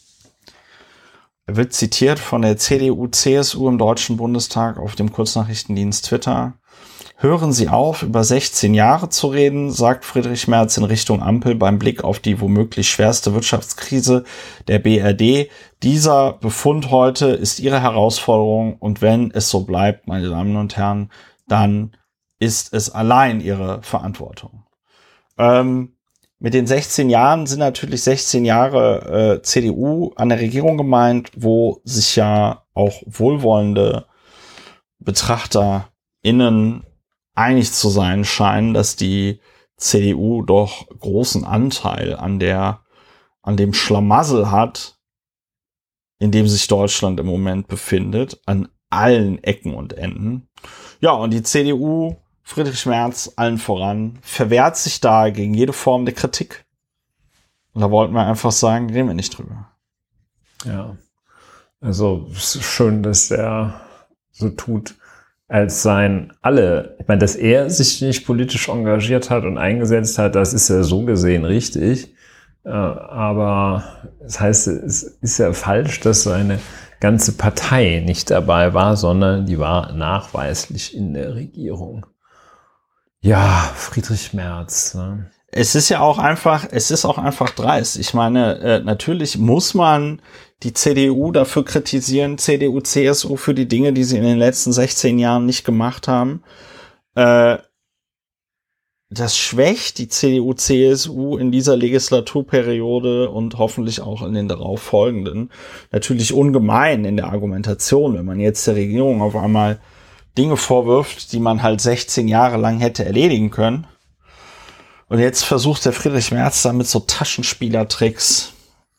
er wird zitiert von der C D U, C S U im Deutschen Bundestag auf dem Kurznachrichtendienst Twitter. Hören Sie auf, über sechzehn Jahre zu reden, sagt Friedrich Merz in Richtung Ampel beim Blick auf die womöglich schwerste Wirtschaftskrise der B R D. Dieser Befund heute ist Ihre Herausforderung und wenn es so bleibt, meine Damen und Herren, dann ist es allein Ihre Verantwortung. Ähm, mit den sechzehn Jahren sind natürlich sechzehn Jahre äh, C D U an der Regierung gemeint, wo sich ja auch wohlwollende BetrachterInnen einig zu sein scheinen, dass die C D U doch großen Anteil an der, an dem Schlamassel hat, in dem sich Deutschland im Moment befindet, an allen Ecken und Enden. Ja, und die C D U, Friedrich Merz allen voran, verwehrt sich da gegen jede Form der Kritik. Und da wollten wir einfach sagen, reden wir nicht drüber. Ja, also es ist schön, dass er so tut, als seien alle, ich meine, dass er sich nicht politisch engagiert hat und eingesetzt hat, das ist ja so gesehen richtig. Äh, aber das heißt, es ist ja falsch, dass seine ganze Partei nicht dabei war, sondern die war nachweislich in der Regierung. Ja, Friedrich Merz. Ne? Es ist ja auch einfach, es ist auch einfach dreist. Ich meine, äh, natürlich muss man die C D U dafür kritisieren, C D U, C S U für die Dinge, die sie in den letzten sechzehn Jahren nicht gemacht haben. Äh, das schwächt die C D U, C S U in dieser Legislaturperiode und hoffentlich auch in den darauffolgenden natürlich ungemein in der Argumentation, wenn man jetzt der Regierung auf einmal Dinge vorwirft, die man halt sechzehn Jahre lang hätte erledigen können. Und jetzt versucht der Friedrich Merz da mit so Taschenspielertricks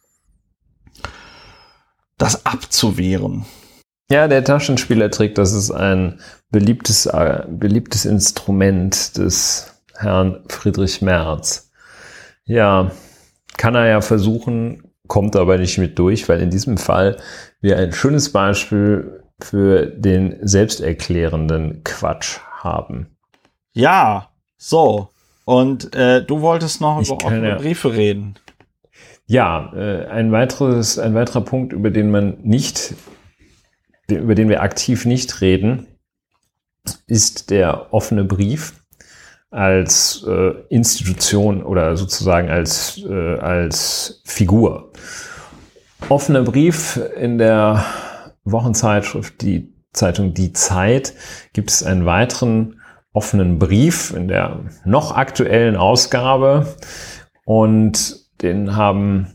das abzuwehren. Ja, der Taschenspielertrick, das ist ein beliebtes, äh, beliebtes Instrument des Herrn Friedrich Merz. Ja, kann er ja versuchen, kommt aber nicht mit durch, weil in diesem Fall wir ein schönes Beispiel für den selbsterklärenden Quatsch haben. Ja, so. Und äh, du wolltest noch ich über offene ja, Briefe reden. Ja, äh, ein weiteres, ein weiterer Punkt, über den man nicht, über den wir aktiv nicht reden, ist der offene Brief als äh, Institution oder sozusagen als, äh, als Figur. Offener Brief in der Wochenzeitschrift, die Zeitung Die Zeit, gibt es einen weiteren offenen Brief in der noch aktuellen Ausgabe und den haben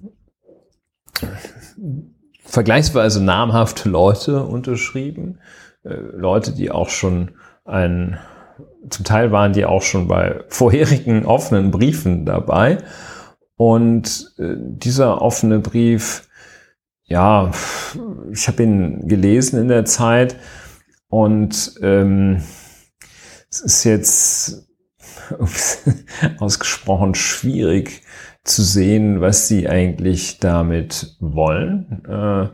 vergleichsweise namhafte Leute unterschrieben. Äh, Leute, die auch schon ein, zum Teil waren die auch schon bei vorherigen offenen Briefen dabei. Und äh, dieser offene Brief, ja, ich habe ihn gelesen in der Zeit und ähm, es ist jetzt ausgesprochen schwierig zu sehen, was sie eigentlich damit wollen. Äh,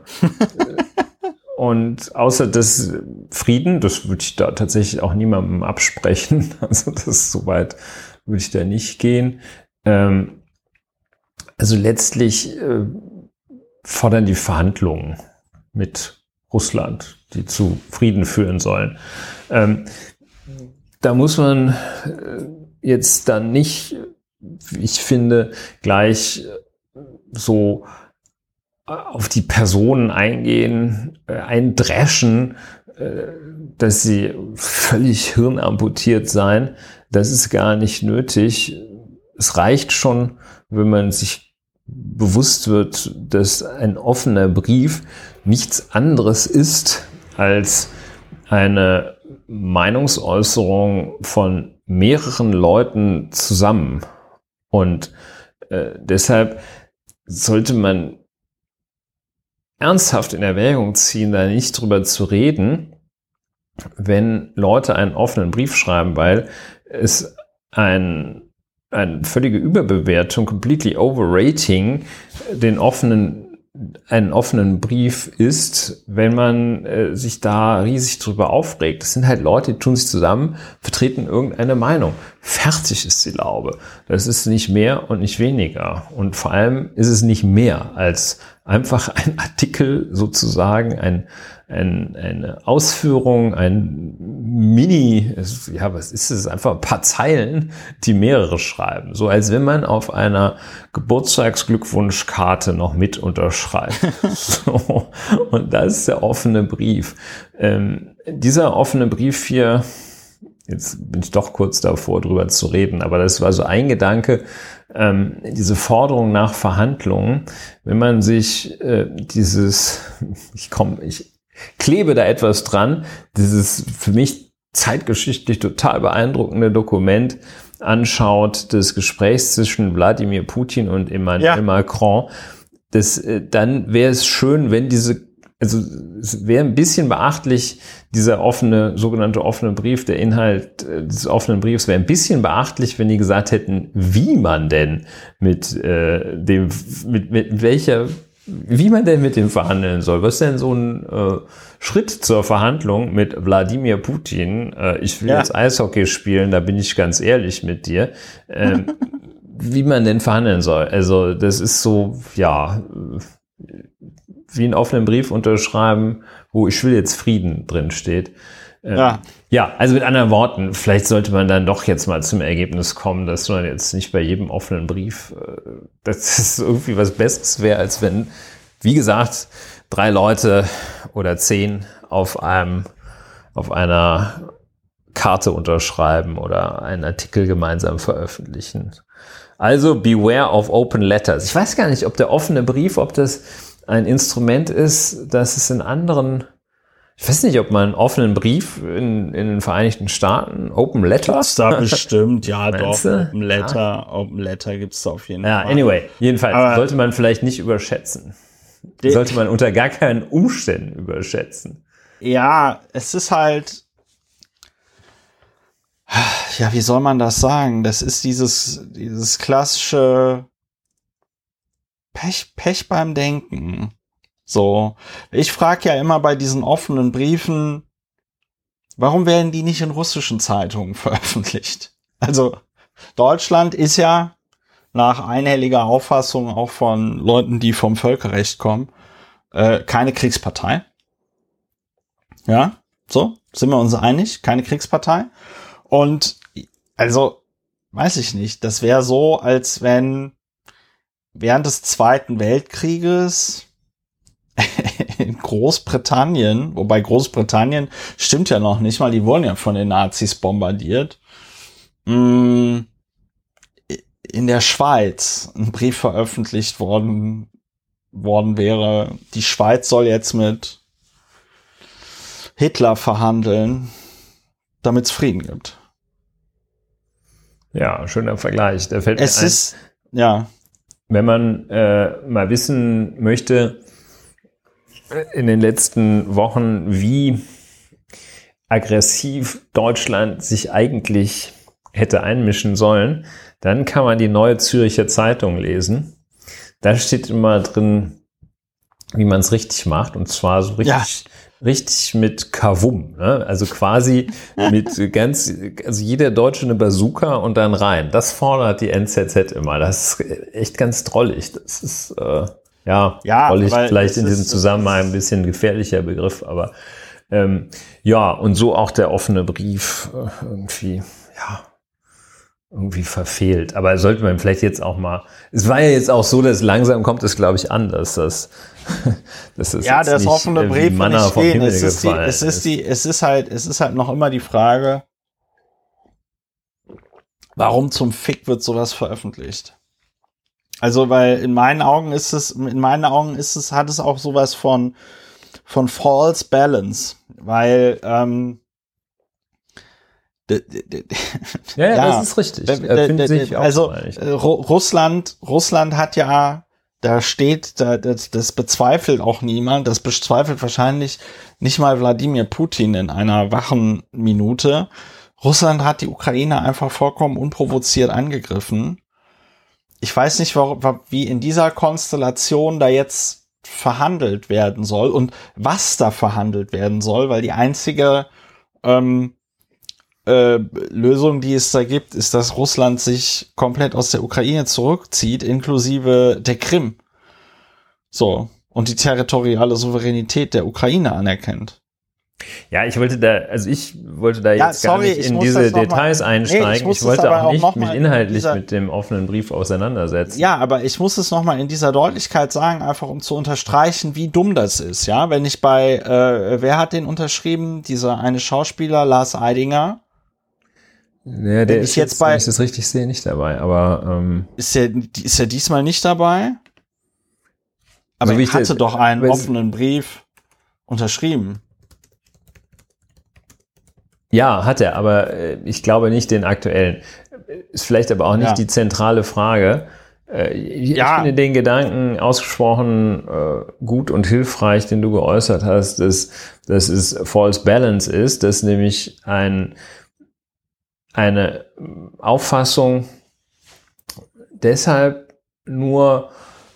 und außer das Frieden, das würde ich da tatsächlich auch niemandem absprechen, also das so weit würde ich da nicht gehen. Ähm, also letztlich äh, fordern die Verhandlungen mit Russland, die zu Frieden führen sollen. Ähm, da muss man äh, jetzt dann nicht, ich finde, gleich so auf die Personen eingehen, äh, eindreschen, äh, dass sie völlig hirnamputiert seien. Das ist gar nicht nötig. Es reicht schon, wenn man sich bewusst wird, dass ein offener Brief nichts anderes ist als eine Meinungsäußerung von mehreren Leuten zusammen. Und äh, deshalb sollte man ernsthaft in Erwägung ziehen, da nicht drüber zu reden, wenn Leute einen offenen Brief schreiben, weil es ein, eine völlige Überbewertung, completely overrating, den offenen einen offenen Brief ist, wenn man äh, sich da riesig drüber aufregt. Das sind halt Leute, die tun sich zusammen, vertreten irgendeine Meinung. Fertig ist die Laube. Das ist nicht mehr und nicht weniger. Und vor allem ist es nicht mehr als einfach ein Artikel sozusagen, ein, ein, eine Ausführung, ein Mini, ja, was ist es? Einfach ein paar Zeilen, die mehrere schreiben. So als wenn man auf einer Geburtstagsglückwunschkarte noch mit unterschreibt. So. Und das ist der offene Brief. Ähm, dieser offene Brief hier, jetzt bin ich doch kurz davor, drüber zu reden, aber das war so ein Gedanke, ähm, diese Forderung nach Verhandlungen, wenn man sich äh, dieses, ich komme, ich klebe da etwas dran, dieses für mich zeitgeschichtlich total beeindruckende Dokument anschaut, des Gesprächs zwischen Wladimir Putin und Emmanuel ja. Macron, das, äh, dann wäre es schön, wenn diese, also es wäre ein bisschen beachtlich, dieser offene, sogenannte offene Brief, der Inhalt äh, des offenen Briefs wäre ein bisschen beachtlich, wenn die gesagt hätten, wie man denn mit äh, dem, mit, mit welcher, wie man denn mit dem verhandeln soll. Was ist denn so ein äh, Schritt zur Verhandlung mit Wladimir Putin? Äh, ich will ja. jetzt Eishockey spielen, da bin ich ganz ehrlich mit dir. Ähm, wie man denn verhandeln soll. Also das ist so, ja, wie einen offenen Brief unterschreiben, wo ich will jetzt Frieden drin steht. Ähm, ja. ja, also mit anderen Worten, vielleicht sollte man dann doch jetzt mal zum Ergebnis kommen, dass man jetzt nicht bei jedem offenen Brief, äh, dass es irgendwie was Besseres wäre, als wenn, wie gesagt, drei Leute oder zehn auf einem, auf einer Karte unterschreiben oder einen Artikel gemeinsam veröffentlichen. Also beware of open letters. Ich weiß gar nicht, ob der offene Brief, ob das ein Instrument ist, das es in anderen, ich weiß nicht, ob man einen offenen Brief in, in den Vereinigten Staaten, Open Letter? Gibt's da bestimmt, ja doch, du? Open Letter, ja. Open Letter gibt's da auf jeden ja, Fall. Ja, anyway, jedenfalls aber sollte man vielleicht nicht überschätzen. Sollte man unter gar keinen Umständen überschätzen. Ja, es ist halt, ja, wie soll man das sagen? Das ist dieses, dieses klassische Pech, Pech beim Denken. So. Ich frage ja immer bei diesen offenen Briefen, warum werden die nicht in russischen Zeitungen veröffentlicht? Also, Deutschland ist ja nach einhelliger Auffassung auch von Leuten, die vom Völkerrecht kommen, äh, keine Kriegspartei. Ja, so, sind wir uns einig? Keine Kriegspartei. Und, also, weiß ich nicht, das wäre so, als wenn während des Zweiten Weltkrieges in Großbritannien, wobei Großbritannien stimmt ja noch nicht mal, die wurden ja von den Nazis bombardiert, in der Schweiz ein Brief veröffentlicht worden, worden wäre, die Schweiz soll jetzt mit Hitler verhandeln, damit es Frieden gibt. Ja, schöner Vergleich. Da fällt mir es ein, ist, ja. Wenn man äh, mal wissen möchte, in den letzten Wochen, wie aggressiv Deutschland sich eigentlich hätte einmischen sollen, dann kann man die Neue Zürcher Zeitung lesen. Da steht immer drin, wie man es richtig macht, und zwar so richtig, ja. richtig mit Kavum, ne? Also quasi mit ganz, also jeder Deutsche eine Bazooka und dann rein. Das fordert die N Z Z immer. Das ist echt ganz drollig. Das ist, äh, ja, ja drollig vielleicht in diesem ist, Zusammenhang ein bisschen gefährlicher Begriff, aber ähm, ja, und so auch der offene Brief äh, irgendwie, ja, irgendwie verfehlt. Aber sollte man vielleicht jetzt auch mal, es war ja jetzt auch so, dass langsam kommt es, glaube ich, an, dass das, das ist ja, das nicht, offene Brief äh, Manna vom Himmel es ist die, es ist die, es ist halt, es ist halt noch immer die Frage, warum zum Fick wird sowas veröffentlicht? Also, weil in meinen Augen ist es, in meinen Augen ist es, hat es auch sowas von, von false balance, weil, ähm, ja, ja, ja, das ist richtig. Äh, also äh, Russland, Russland hat ja, da steht, da, das, das bezweifelt auch niemand, das bezweifelt wahrscheinlich nicht mal Wladimir Putin in einer wachen Minute. Russland hat die Ukraine einfach vollkommen unprovoziert angegriffen. Ich weiß nicht, warum, wie in dieser Konstellation da jetzt verhandelt werden soll und was da verhandelt werden soll, weil die einzige ähm, Äh, Lösung, die es da gibt, ist, dass Russland sich komplett aus der Ukraine zurückzieht, inklusive der Krim. So. und die territoriale Souveränität der Ukraine anerkennt. Ja, ich wollte da, also ich wollte da Ja, jetzt sorry, gar nicht ich in muss diese das noch Details mal- einsteigen. Nee, ich muss ich wollte das aber auch auch nicht noch mich mal in inhaltlich dieser- mit dem offenen Brief auseinandersetzen. Ja, aber ich muss es nochmal in dieser Deutlichkeit sagen, einfach um zu unterstreichen, wie dumm das ist. Ja, wenn ich bei, äh, wer hat den unterschrieben? Dieser eine Schauspieler, Lars Eidinger. Ja, der ich ist jetzt jetzt, bei- wenn ich das richtig sehe, nicht dabei, aber ähm, Ist er, ist er diesmal nicht dabei? Aber So wie er ich hatte das- doch einen weiß- offenen Brief unterschrieben. ja, hat er, aber äh, ich glaube nicht den aktuellen. Ist vielleicht aber auch nicht Ja. die zentrale Frage. Äh, ich Ja. finde den Gedanken ausgesprochen äh, gut und hilfreich, den du geäußert hast, dass, dass es False Balance ist, dass nämlich ein, eine Auffassung deshalb nur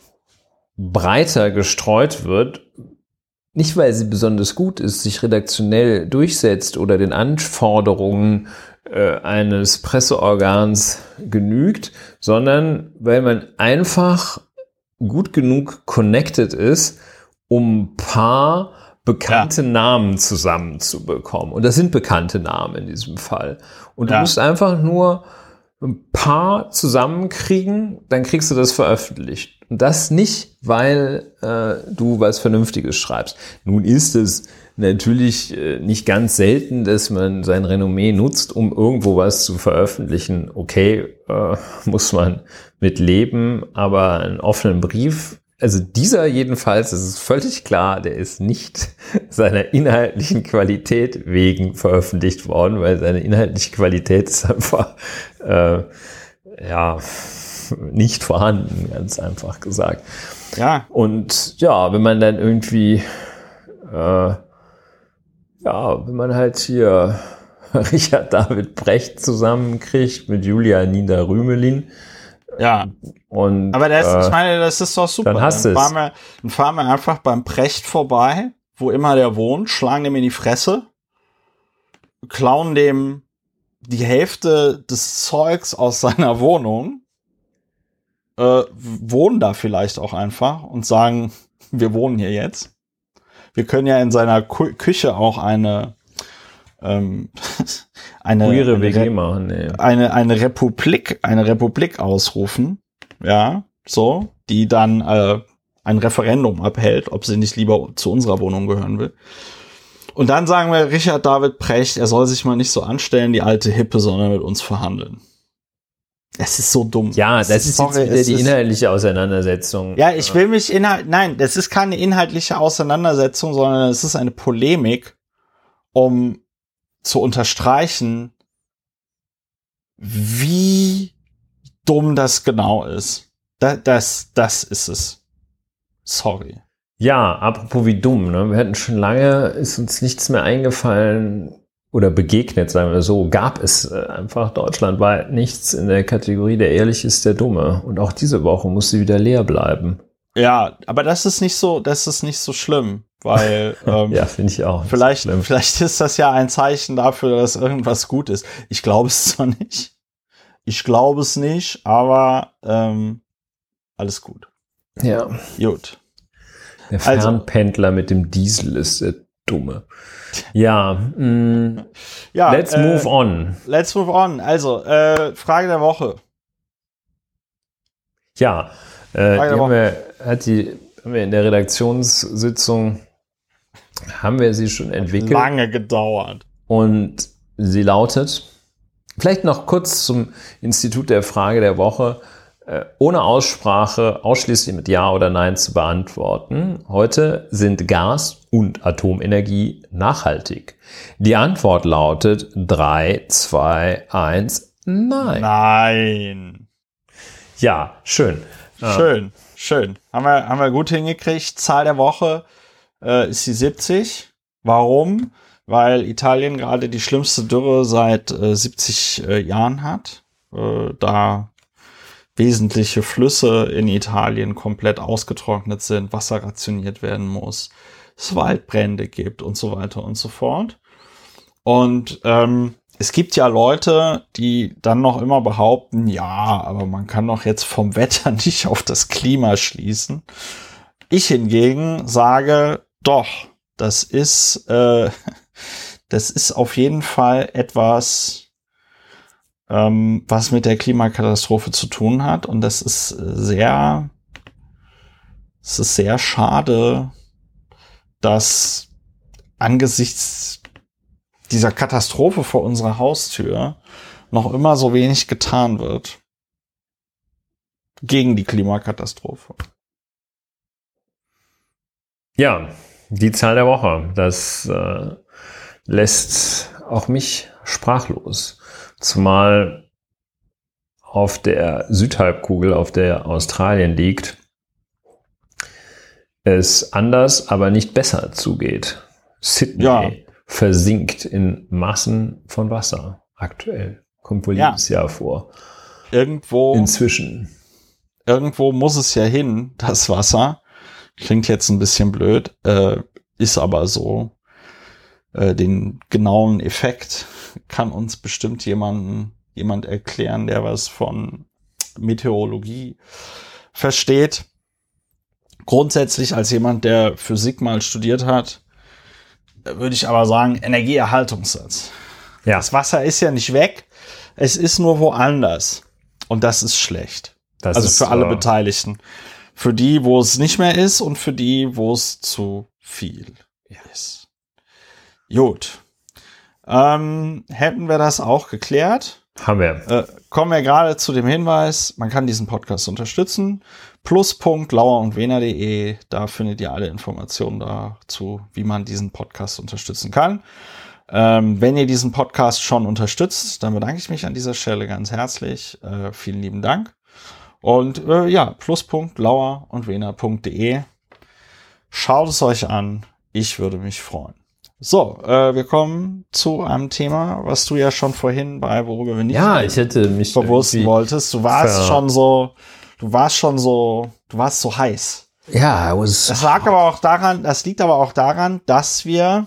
breiter gestreut wird, nicht weil sie besonders gut ist, sich redaktionell durchsetzt oder den Anforderungen äh, eines Presseorgans genügt, sondern weil man einfach gut genug connected ist, um ein paar bekannte Namen zusammenzubekommen. Und das sind bekannte Namen in diesem Fall. Und du Ja. musst einfach nur ein paar zusammenkriegen, dann kriegst du das veröffentlicht. Und das nicht, weil äh, du was Vernünftiges schreibst. Nun ist es natürlich äh, nicht ganz selten, dass man sein Renommee nutzt, um irgendwo was zu veröffentlichen. Okay, äh, muss man mit leben, aber einen offenen Brief, also dieser jedenfalls, das ist völlig klar, der ist nicht seiner inhaltlichen Qualität wegen veröffentlicht worden, weil seine inhaltliche Qualität ist einfach äh, ja nicht vorhanden, ganz einfach gesagt. Ja. Und ja, wenn man dann irgendwie äh, ja, wenn man halt hier Richard David Brecht zusammenkriegt mit Julia Nina Rümelin Ja. und Aber das, äh, ich meine, das ist doch super. dann hast dann, du's. fahren wir, dann fahren wir einfach beim Precht vorbei, wo immer der wohnt, schlagen dem in die Fresse, klauen dem die Hälfte des Zeugs aus seiner Wohnung, äh, wohnen da vielleicht auch einfach und sagen, wir wohnen hier jetzt. Wir können ja in seiner Kü Küche auch eine ähm, eine, queere eine, W G Re machen. Nee. eine eine Republik eine Republik ausrufen, ja, so, die dann äh, ein Referendum abhält, ob sie nicht lieber zu unserer Wohnung gehören will. Und dann sagen wir Richard David Precht, er soll sich mal nicht so anstellen, die alte Hippe, sondern mit uns verhandeln. Es ist so dumm. Ja, das ist Sorry, jetzt wieder es die ist- inhaltliche Auseinandersetzung. Ja, ich will mich inhalt, nein, das ist keine inhaltliche Auseinandersetzung, sondern es ist eine Polemik, um zu unterstreichen, wie dumm das genau ist. Da, das, das ist es. Sorry. Ja, apropos wie dumm, ne? Wir hatten schon lange, ist uns nichts mehr eingefallen oder begegnet, sagen wir so, gab es äh, einfach deutschlandweit nichts in der Kategorie der Ehrlich ist der Dumme. Und auch diese Woche muss sie wieder leer bleiben. Ja, aber das ist nicht so, das ist nicht so schlimm, weil ähm, Ja, finde ich auch. vielleicht, Schlimm. vielleicht ist das ja ein Zeichen dafür, dass irgendwas gut ist. Ich glaube es zwar nicht. Ich glaube es nicht, aber ähm, alles gut. Ja, Gut. der Also- Fernpendler mit dem Diesel ist der Dumme. Ja, mh, Ja, let's äh, move on. Let's move on. Also, äh, Frage der Woche. Ja, äh, Frage der die haben, Woche. wir, hat die, haben wir in der Redaktionssitzung, haben wir sie schon entwickelt. Lange gedauert. Und sie lautet, vielleicht noch kurz zum Institut der Frage der Woche, äh, ohne Aussprache ausschließlich mit Ja oder Nein zu beantworten. Heute sind Gas und Atomenergie nachhaltig. Die Antwort lautet drei, zwei, eins, Nein. Nein. Ja, schön. Äh, Schön, schön. Haben wir, haben wir gut hingekriegt. Zahl der Woche äh, ist die siebzig. Warum? Weil Italien gerade die schlimmste Dürre seit äh, siebzig äh, Jahren hat. Äh, da wesentliche Flüsse in Italien komplett ausgetrocknet sind, Wasser rationiert werden muss, es Waldbrände gibt und so weiter und so fort. Und ähm, es gibt ja Leute, die dann noch immer behaupten, ja, aber man kann doch jetzt vom Wetter nicht auf das Klima schließen. Ich hingegen sage, doch, das ist, äh, das ist auf jeden Fall etwas, ähm, was mit der Klimakatastrophe zu tun hat. Und das ist sehr, es ist sehr schade, dass angesichts dieser Katastrophe vor unserer Haustür noch immer so wenig getan wird gegen die Klimakatastrophe. Ja, die Zahl der Woche, das äh, lässt auch mich sprachlos. Zumal auf der Südhalbkugel, auf der Australien liegt, es anders, aber nicht besser zugeht. Sydney ja. versinkt in Massen von Wasser aktuell. Kommt wohl ja. jedes Jahr vor. Irgendwo. Inzwischen. Irgendwo muss es ja hin, das Wasser. Klingt jetzt ein bisschen blöd, äh, ist aber so. Äh, den genauen Effekt kann uns bestimmt jemanden, jemand erklären, der was von Meteorologie versteht. Grundsätzlich als jemand, der Physik mal studiert hat, würde ich aber sagen, Energieerhaltungssatz. Ja. Das Wasser ist ja nicht weg, es ist nur woanders. Und das ist schlecht. Das also ist, für alle äh, Beteiligten. Für die, wo es nicht mehr ist und für die, wo es zu viel ist. Gut. Ähm, hätten wir das auch geklärt? Haben wir. Äh, kommen wir gerade zu dem Hinweis, man kann diesen Podcast unterstützen. plus punkt lauer und wener punkt de, da findet ihr alle Informationen dazu, wie man diesen Podcast unterstützen kann. Ähm, wenn ihr diesen Podcast schon unterstützt, dann bedanke ich mich an dieser Stelle ganz herzlich. Äh, vielen lieben Dank. Und äh, ja, plus punkt lauer und wener punkt de. Schaut es euch an. Ich würde mich freuen. So, äh, wir kommen zu einem Thema, was du ja schon vorhin bei, worüber wir nicht ja, ich hätte mich verwursten wolltest. Du warst schon so, du warst schon so, du warst so heiß. Ja, yeah, das lag aber auch daran, das liegt aber auch daran, dass wir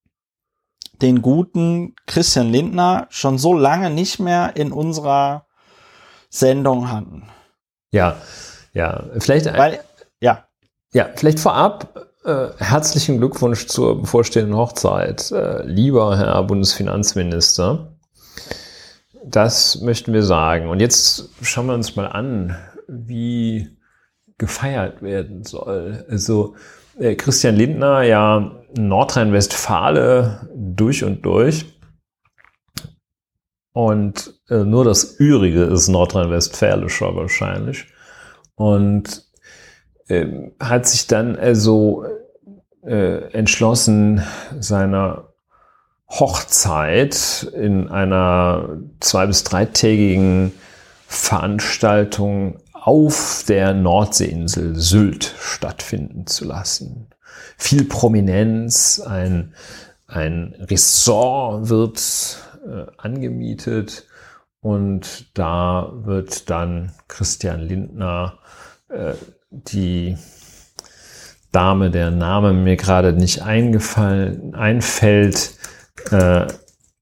den guten Christian Lindner schon so lange nicht mehr in unserer Sendung hatten. Ja, ja, vielleicht, Weil, ja, ja, vielleicht vorab. Äh, herzlichen Glückwunsch zur bevorstehenden Hochzeit, äh, lieber Herr Bundesfinanzminister. Das möchten wir sagen. Und jetzt schauen wir uns mal an, wie gefeiert werden soll. Also äh, Christian Lindner, ja Nordrhein-Westfale durch und durch. Und äh, nur das Übrige ist nordrhein-westfälischer wahrscheinlich. Und äh, hat sich dann also äh, entschlossen, seiner Hochzeit in einer zwei- bis dreitägigen Veranstaltung auf der Nordseeinsel Sylt stattfinden zu lassen. Viel Prominenz, ein, ein Ressort wird äh, angemietet und da wird dann Christian Lindner, äh, die Dame, der Name mir gerade nicht eingefallen, einfällt, äh, äh,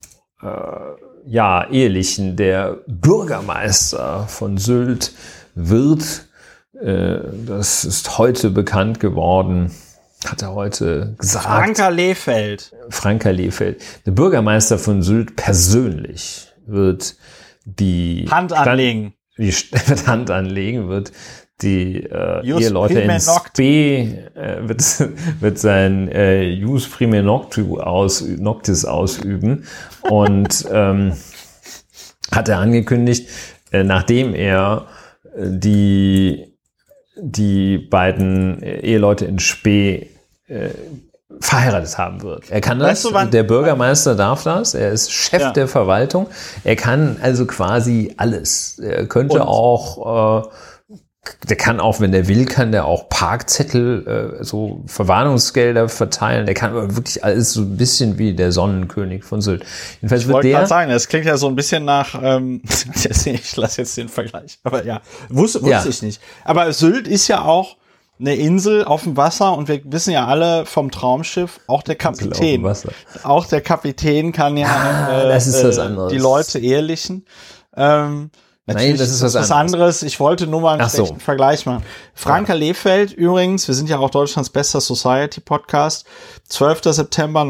ja, ehelichen, der Bürgermeister von Sylt wird, äh, das ist heute bekannt geworden, hat er heute gesagt. Franka Lehfeld. Franka Lehfeld. Der Bürgermeister von Sylt persönlich wird die Hand anlegen. Die wird Hand anlegen, wird die äh, Eheleute in Spe äh, wird, wird sein äh, Jus Prime Noctu aus, Noctis ausüben und ähm, hat er angekündigt, äh, nachdem er äh, die die beiden Eheleute in Spe äh, verheiratet haben wird. Er kann das, weißt du, wann, der Bürgermeister darf das, er ist Chef ja. der Verwaltung, er kann also quasi alles. Er könnte und? auch äh, Der kann auch, wenn der will, kann der auch Parkzettel, äh, so Verwarnungsgelder verteilen. Der kann aber wirklich alles so ein bisschen wie der Sonnenkönig von Sylt. Jedenfalls ich wollte gerade sagen, das klingt ja so ein bisschen nach, ähm, ich lasse jetzt den Vergleich, aber ja, wusste, wusste ja. ich nicht. Aber Sylt ist ja auch eine Insel auf dem Wasser und wir wissen ja alle vom Traumschiff, auch der Kapitän, auch der Kapitän kann ja ah, äh, das ist das andere. die Leute ehelichen. Ähm, Natürlich Nein, das ist was, was anderes. anderes. Ich wollte nur mal einen Ach so. schlechten Vergleich machen. Franka Ja. Lehfeld übrigens, wir sind ja auch Deutschlands bester Society-Podcast, zwölfter September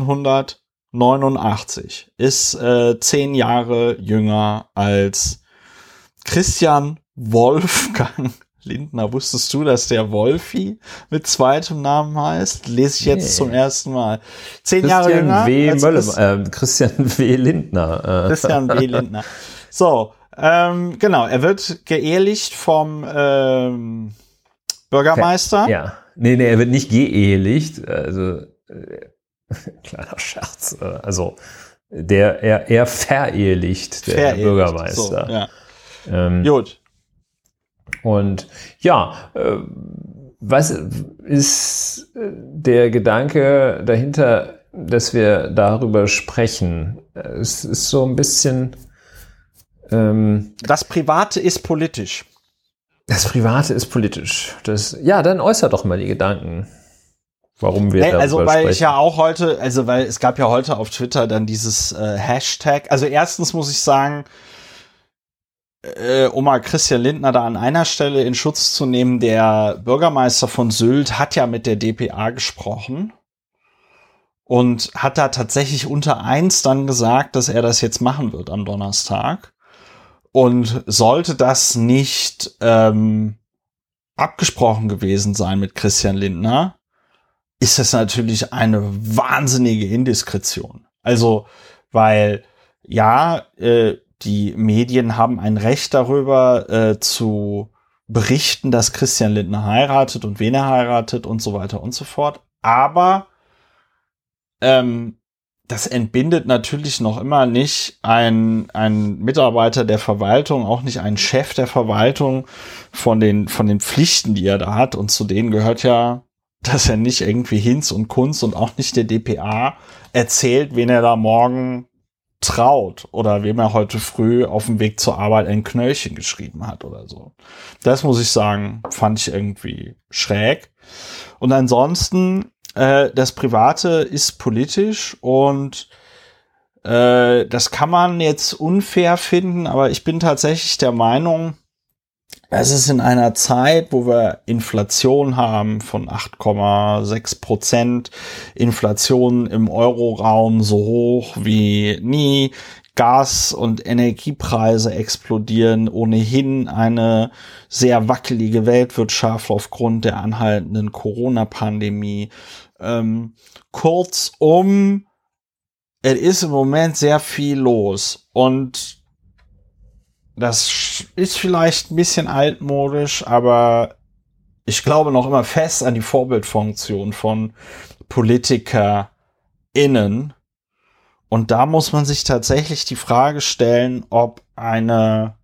neunzehnhundertneunundachtzig, ist äh, zehn Jahre jünger als Christian Wolfgang Lindner. Wusstest du, dass der Wolfi mit zweitem Namen heißt? Lese ich jetzt Nee. zum ersten Mal. Zehn Christian Jahre jünger W. als Mölle, Chris- äh, Christian W. Lindner. Äh. Christian W. Lindner. So, ähm, genau, er wird geehelicht vom ähm, Bürgermeister. Ja, nee, nee, er wird nicht geehelicht, also äh, kleiner Scherz, äh, also der, er, er verehelicht, der Verehelicht. Bürgermeister. So, ja. ähm, Gut. Und ja, äh, was ist äh, der Gedanke dahinter, dass wir darüber sprechen? Es ist so ein bisschen ähm, Das Private ist politisch. das Private ist politisch. Das, ja, dann äußert doch mal die Gedanken, warum wir Nee, darüber also weil sprechen. ich ja auch heute, also weil es gab ja heute auf Twitter dann dieses äh, Hashtag. Also erstens muss ich sagen, äh, um mal Christian Lindner da an einer Stelle in Schutz zu nehmen, der Bürgermeister von Sylt hat ja mit der D P A gesprochen und hat da tatsächlich unter eins dann gesagt, dass er das jetzt machen wird am Donnerstag. Und sollte das nicht ähm, abgesprochen gewesen sein mit Christian Lindner, ist das natürlich eine wahnsinnige Indiskretion. Also, weil, ja, äh, die Medien haben ein Recht darüber äh, zu berichten, dass Christian Lindner heiratet und wen er heiratet und so weiter und so fort. Aber ähm, das entbindet natürlich noch immer nicht ein, ein Mitarbeiter der Verwaltung, auch nicht ein Chef der Verwaltung von den, von den Pflichten, die er da hat. Und zu denen gehört ja, dass er nicht irgendwie Hinz und Kunz und auch nicht der D P A erzählt, wen er da morgen traut oder wem er heute früh auf dem Weg zur Arbeit ein Knöllchen geschrieben hat oder so. Das muss ich sagen, fand ich irgendwie schräg. Und ansonsten, äh, das Private ist politisch und äh, das kann man jetzt unfair finden, aber ich bin tatsächlich der Meinung, es ist in einer Zeit, wo wir Inflation haben von acht Komma sechs Prozent, Inflation im Euroraum so hoch wie nie, Gas- und Energiepreise explodieren, ohnehin eine sehr wackelige Weltwirtschaft aufgrund der anhaltenden Corona-Pandemie. Ähm, kurzum, es ist im Moment sehr viel los und das ist vielleicht ein bisschen altmodisch, aber ich glaube noch immer fest an die Vorbildfunktion von PolitikerInnen. Und da muss man sich tatsächlich die Frage stellen, ob eine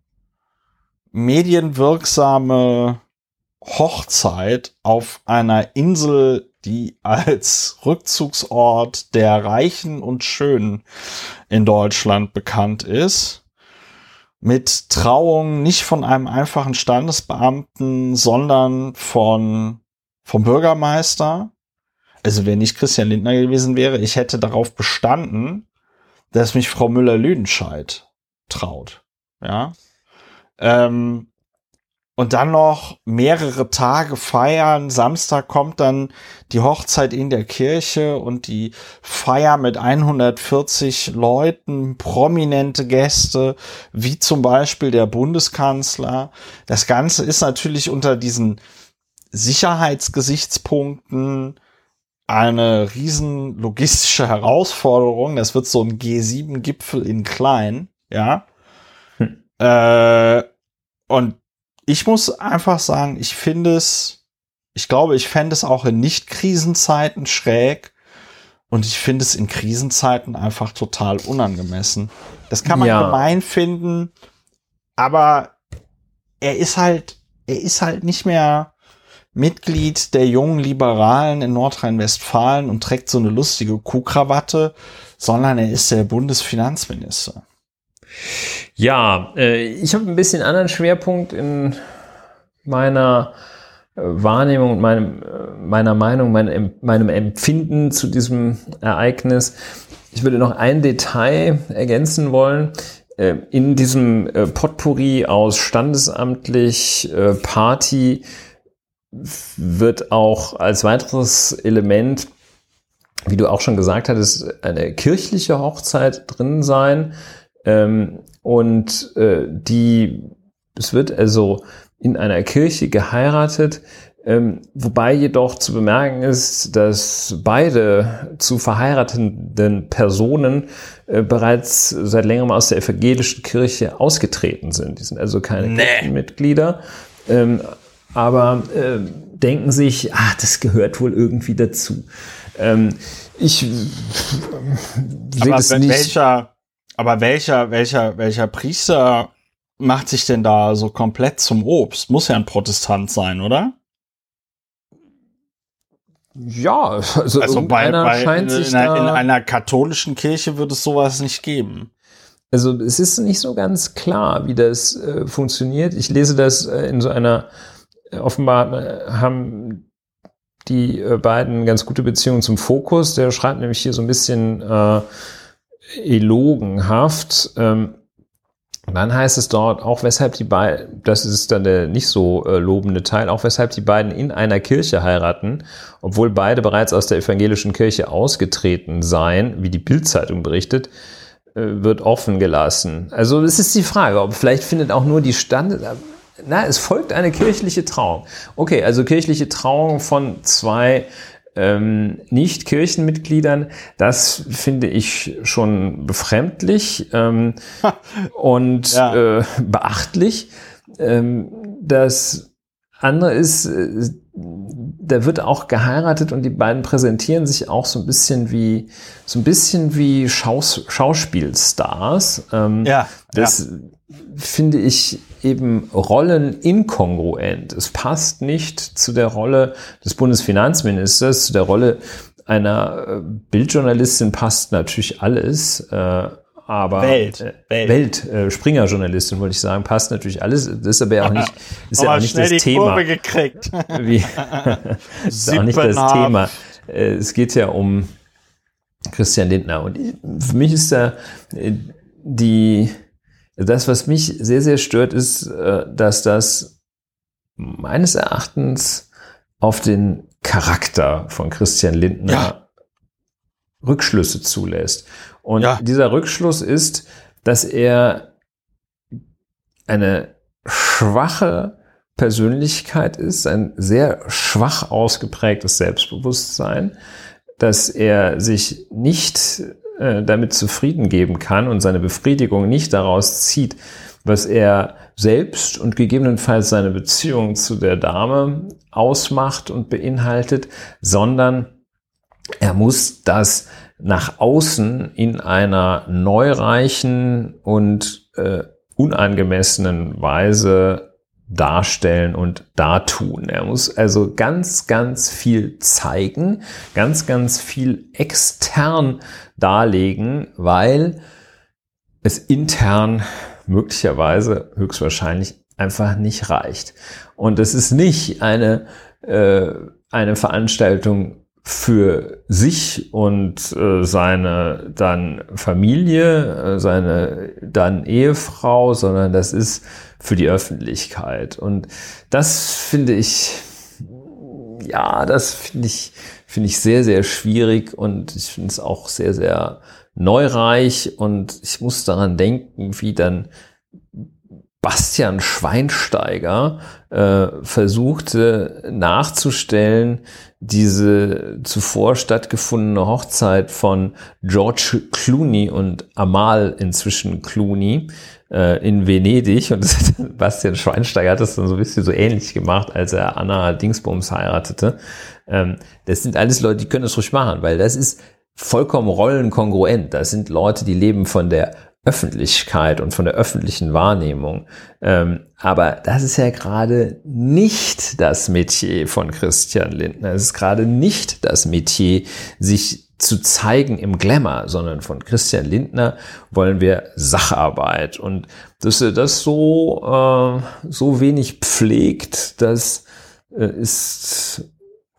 medienwirksame Hochzeit auf einer Insel, die als Rückzugsort der Reichen und Schönen in Deutschland bekannt ist, mit Trauung nicht von einem einfachen Standesbeamten, sondern von vom Bürgermeister. Also wenn ich Christian Lindner gewesen wäre, ich hätte darauf bestanden, dass mich Frau Müller-Lüdenscheid traut. Ja. Ähm, und dann noch mehrere Tage feiern. Samstag kommt dann die Hochzeit in der Kirche und die Feier mit hundertvierzig Leuten, prominente Gäste, wie zum Beispiel der Bundeskanzler. Das Ganze ist natürlich unter diesen Sicherheitsgesichtspunkten eine riesen logistische Herausforderung. Das wird so ein G sieben Gipfel in klein, ja. Hm. Äh, und ich muss einfach sagen, ich finde es, ich glaube, ich fände es auch in Nicht-Krisenzeiten schräg und ich finde es in Krisenzeiten einfach total unangemessen. Das kann man Ja. gemein finden, aber er ist halt, er ist halt nicht mehr Mitglied der jungen Liberalen in Nordrhein-Westfalen und trägt so eine lustige Kuhkrawatte, sondern er ist der Bundesfinanzminister. Ja, äh, ich habe ein bisschen anderen Schwerpunkt in meiner äh, Wahrnehmung und meinem, äh, meiner Meinung, meinem, meinem Empfinden zu diesem Ereignis. Ich würde noch ein Detail ergänzen wollen. äh, in diesem äh, Potpourri aus standesamtlich, äh, Party wird auch als weiteres Element, wie du auch schon gesagt hattest, eine kirchliche Hochzeit drin sein. Ähm, und äh, die, es wird also in einer Kirche geheiratet, ähm, wobei jedoch zu bemerken ist, dass beide zu verheiratenden Personen äh, bereits seit längerem aus der evangelischen Kirche ausgetreten sind. Die sind also keine Nee. Kirchenmitglieder, ähm, aber äh, denken sich, ah, das gehört wohl irgendwie dazu. Ähm, ich sehe das nicht. Welcher, aber welcher, welcher, welcher Priester macht sich denn da so komplett zum Obst? Muss ja ein Protestant sein, oder? Ja, also, Also bei, bei scheint in, sich in, einer, da, in einer katholischen Kirche wird es sowas nicht geben. Also es ist nicht so ganz klar, wie das äh, funktioniert. Ich lese das äh, in so einer, äh, offenbar äh, haben die äh, beiden ganz gute Beziehungen zum Fokus. Der schreibt nämlich hier so ein bisschen äh, elogenhaft. Ähm, und dann heißt es dort auch, weshalb die beiden, das ist dann der nicht so äh, lobende Teil, auch weshalb die beiden in einer Kirche heiraten, obwohl beide bereits aus der evangelischen Kirche ausgetreten seien, wie die Bild-Zeitung berichtet, äh, wird offen gelassen. Also es ist die Frage, ob vielleicht findet auch nur die Stand... Na, es folgt eine kirchliche Trauung. Okay, also kirchliche Trauung von zwei ähm, Nicht-Kirchenmitgliedern, das finde ich schon befremdlich ähm, und Ja. äh, beachtlich. Ähm, das andere ist, äh, da wird auch geheiratet und die beiden präsentieren sich auch so ein bisschen wie so ein bisschen wie Schaus- Schauspielstars. Ähm, Ja, das ja. finde ich eben rolleninkongruent. Es passt nicht zu der Rolle des Bundesfinanzministers, zu der Rolle einer äh, Bildjournalistin passt natürlich alles, äh, aber Welt, äh, Welt. Welt äh, Springer-Journalistin wollte ich sagen, passt natürlich alles. Das ist aber ja auch nicht, ist ja Aber auch nicht schnell das die Thema. Kurve gekriegt. Wie, das ist auch nicht das Siebenhaft. Thema. Äh, Es geht ja um Christian Lindner und ich- für mich ist da äh, die Das, was mich sehr, sehr stört, ist, äh, dass das meines Erachtens auf den Charakter von Christian Lindner Ja. Rückschlüsse zulässt. Und Ja. dieser Rückschluss ist, dass er eine schwache Persönlichkeit ist, ein sehr schwach ausgeprägtes Selbstbewusstsein, dass er sich nicht äh, damit zufrieden geben kann und seine Befriedigung nicht daraus zieht, was er selbst und gegebenenfalls seine Beziehung zu der Dame ausmacht und beinhaltet, sondern er muss das nach außen in einer neureichen und äh, unangemessenen Weise darstellen und dartun. Er muss also ganz, ganz viel zeigen, ganz, ganz viel extern darlegen, weil es intern möglicherweise höchstwahrscheinlich einfach nicht reicht. Und es ist nicht eine, äh, eine Veranstaltung für sich und äh, seine dann Familie, äh, seine dann Ehefrau, sondern das ist für die Öffentlichkeit. Und das finde ich, ja, das finde ich, finde ich sehr, sehr schwierig und ich finde es auch sehr, sehr neureich und ich muss daran denken, wie dann Bastian Schweinsteiger äh, versuchte nachzustellen, diese zuvor stattgefundene Hochzeit von George Clooney und Amal inzwischen Clooney äh, in Venedig. Und das hat, Bastian Schweinsteiger hat das dann so ein bisschen so ähnlich gemacht, als er Anna Dingsbums heiratete. Ähm, das sind alles Leute, die können das ruhig machen, weil das ist vollkommen rollenkongruent. Das sind Leute, die leben von der Öffentlichkeit und von der öffentlichen Wahrnehmung. Ähm, aber das ist ja gerade nicht das Metier von Christian Lindner. Es ist gerade nicht das Metier, sich zu zeigen im Glamour, sondern von Christian Lindner wollen wir Sacharbeit. Und dass er das so, äh, so wenig pflegt, das äh, ist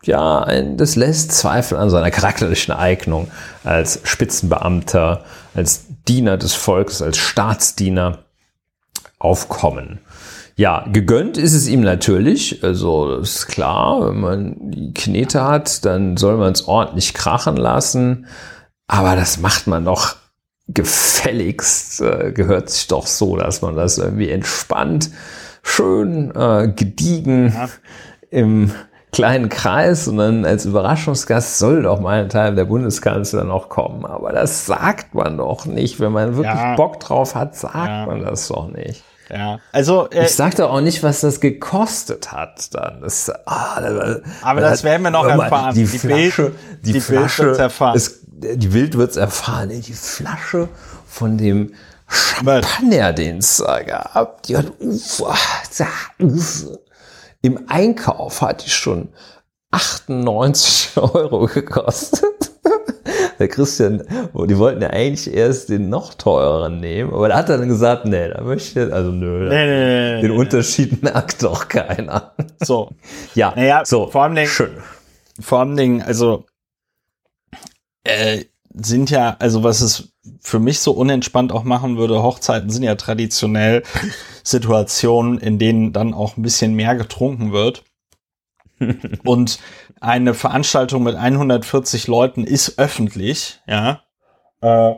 ja, ein, das lässt Zweifel an seiner charakterlichen Eignung als Spitzenbeamter, als Diener des Volkes, als Staatsdiener aufkommen. Ja, gegönnt ist es ihm natürlich, also das ist klar, wenn man die Knete hat, dann soll man es ordentlich krachen lassen, aber das macht man doch gefälligst, äh, gehört sich doch so, dass man das irgendwie entspannt, schön äh, gediegen ja. im kleinen Kreis und dann als Überraschungsgast soll doch mal ein Teil der Bundeskanzler noch kommen. Aber das sagt man doch nicht. Wenn man wirklich ja. Bock drauf hat, sagt ja. man das doch nicht. Ja, also äh, ich sag doch auch nicht, was das gekostet hat. Dann das, ah, das, aber das werden wir noch erfahren. Die, die Flasche, die, die Flasche, wird's erfahren. Ist, die Wild wird's erfahren. Die Flasche von dem Champagner, den es da gab, die hat uff, uff, im Einkauf hat die schon achtundneunzig Euro gekostet. Der Christian, die wollten ja eigentlich erst den noch teureren nehmen, aber da hat er dann gesagt, nee, da möchte ich, also nö, nee, nee, nee, den nee, Unterschied nee. merkt doch keiner. So. Ja, naja, so, vor allem Dingen, schön. Vor allem Dingen, also, äh, sind ja, also was es für mich so unentspannt auch machen würde, Hochzeiten sind ja traditionell Situationen, in denen dann auch ein bisschen mehr getrunken wird. Und eine Veranstaltung mit hundertvierzig Leuten ist öffentlich, ja. Äh,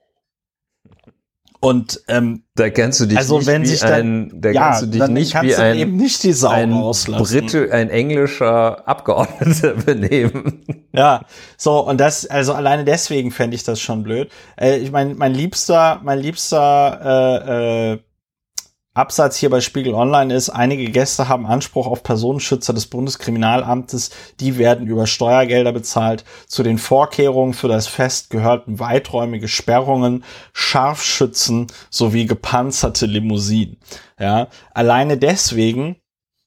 und ähm, da kennst du dich also nicht wenn wie sich ein, dann, da ja, kannst du dich dann nicht kannst wie du ein, eben nicht die Sau ein rauslassen. Brite, ein englischer Abgeordneter benehmen. Ja, so und das, also alleine deswegen fände ich das schon blöd. Äh, ich meine, mein liebster, mein liebster äh, äh, Absatz hier bei Spiegel Online ist, einige Gäste haben Anspruch auf Personenschützer des Bundeskriminalamtes, die werden über Steuergelder bezahlt. Zu den Vorkehrungen für das Fest gehörten weiträumige Sperrungen, Scharfschützen sowie gepanzerte Limousinen. Ja, alleine deswegen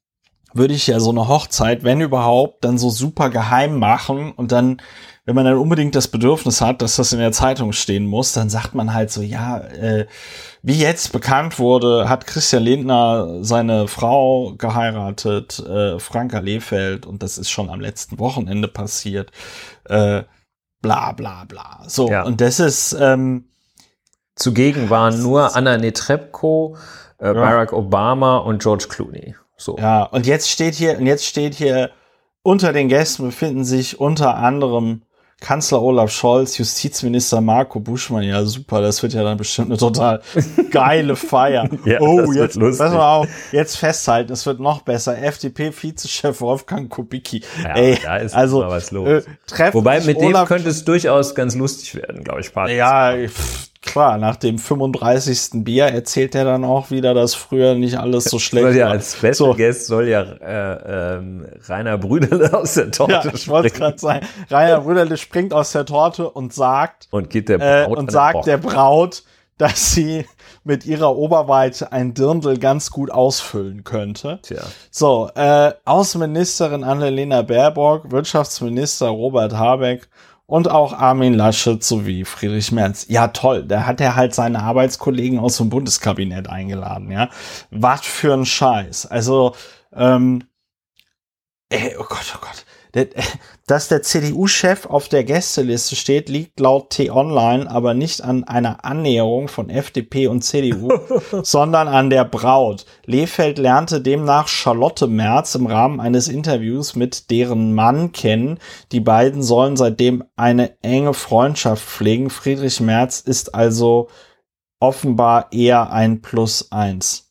würde ich ja so eine Hochzeit, wenn überhaupt, dann so super geheim machen und dann, wenn man dann unbedingt das Bedürfnis hat, dass das in der Zeitung stehen muss, dann sagt man halt so, ja, äh, wie jetzt bekannt wurde, hat Christian Lindner seine Frau geheiratet, äh, Franka Lehfeldt, und das ist schon am letzten Wochenende passiert, äh, bla bla bla. So, ja. Und das ist ähm, zugegen waren nur Anna Netrebko, äh, ja. Barack Obama und George Clooney. So. Ja, und jetzt steht hier, und jetzt steht hier, unter den Gästen befinden sich unter anderem Kanzler Olaf Scholz, Justizminister Marco Buschmann. Ja, super, das wird ja dann bestimmt eine total geile Feier. Ja, oh, jetzt, pass mal auf, jetzt festhalten, es wird noch besser. F D P-Vizechef Wolfgang Kubicki. Ja, Ey, da ist also, mal was los. Äh, Wobei, mit Olaf, dem könnte es durchaus ganz lustig werden, glaube ich. Partys. Ja, pff, klar, nach dem fünfunddreißigsten Bier erzählt er dann auch wieder, dass früher nicht alles so schlecht soll ja war. Als Special so. Guest soll ja äh, ähm, Rainer Brüderle aus der Torte ja, ich wollte gerade sagen, Rainer Brüderle springt aus der Torte und sagt und geht der Braut äh, und sagt der Braut, dass sie mit ihrer Oberweite ein Dirndl ganz gut ausfüllen könnte. Tja. So, äh, Außenministerin Annalena Baerbock, Wirtschaftsminister Robert Habeck und auch Armin Laschet sowie Friedrich Merz. Ja, toll. Da hat er halt seine Arbeitskollegen aus dem Bundeskabinett eingeladen, ja. Was für ein Scheiß. Also, ähm, ey, oh Gott, oh Gott. Dass der C D U-Chef auf der Gästeliste steht, liegt laut T-Online aber nicht an einer Annäherung von F D P und C D U, sondern an der Braut. Lehfeldt lernte demnach Charlotte Merz im Rahmen eines Interviews mit deren Mann kennen. Die beiden sollen seitdem eine enge Freundschaft pflegen. Friedrich Merz ist also offenbar eher ein Plus eins.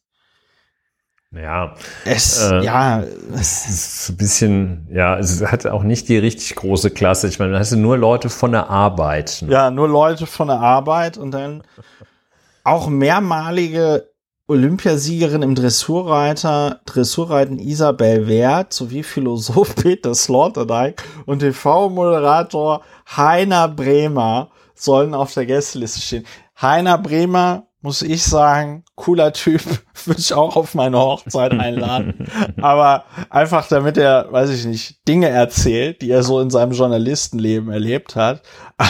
Ja, es, äh, ja, es ist ein bisschen, ja, es hat auch nicht die richtig große Klasse. Ich meine, da hast du nur Leute von der Arbeit. Ne? Ja, nur Leute von der Arbeit und dann auch mehrmalige Olympiasiegerin im Dressurreiter, Dressurreiten Isabel Wert sowie Philosoph Peter Sloterdijk und T V-Moderator Heiner Bremer sollen auf der Gästeliste stehen. Heiner Bremer, muss ich sagen, cooler Typ, würde ich auch auf meine Hochzeit einladen. Aber einfach damit er, weiß ich nicht, Dinge erzählt, die er so in seinem Journalistenleben erlebt hat.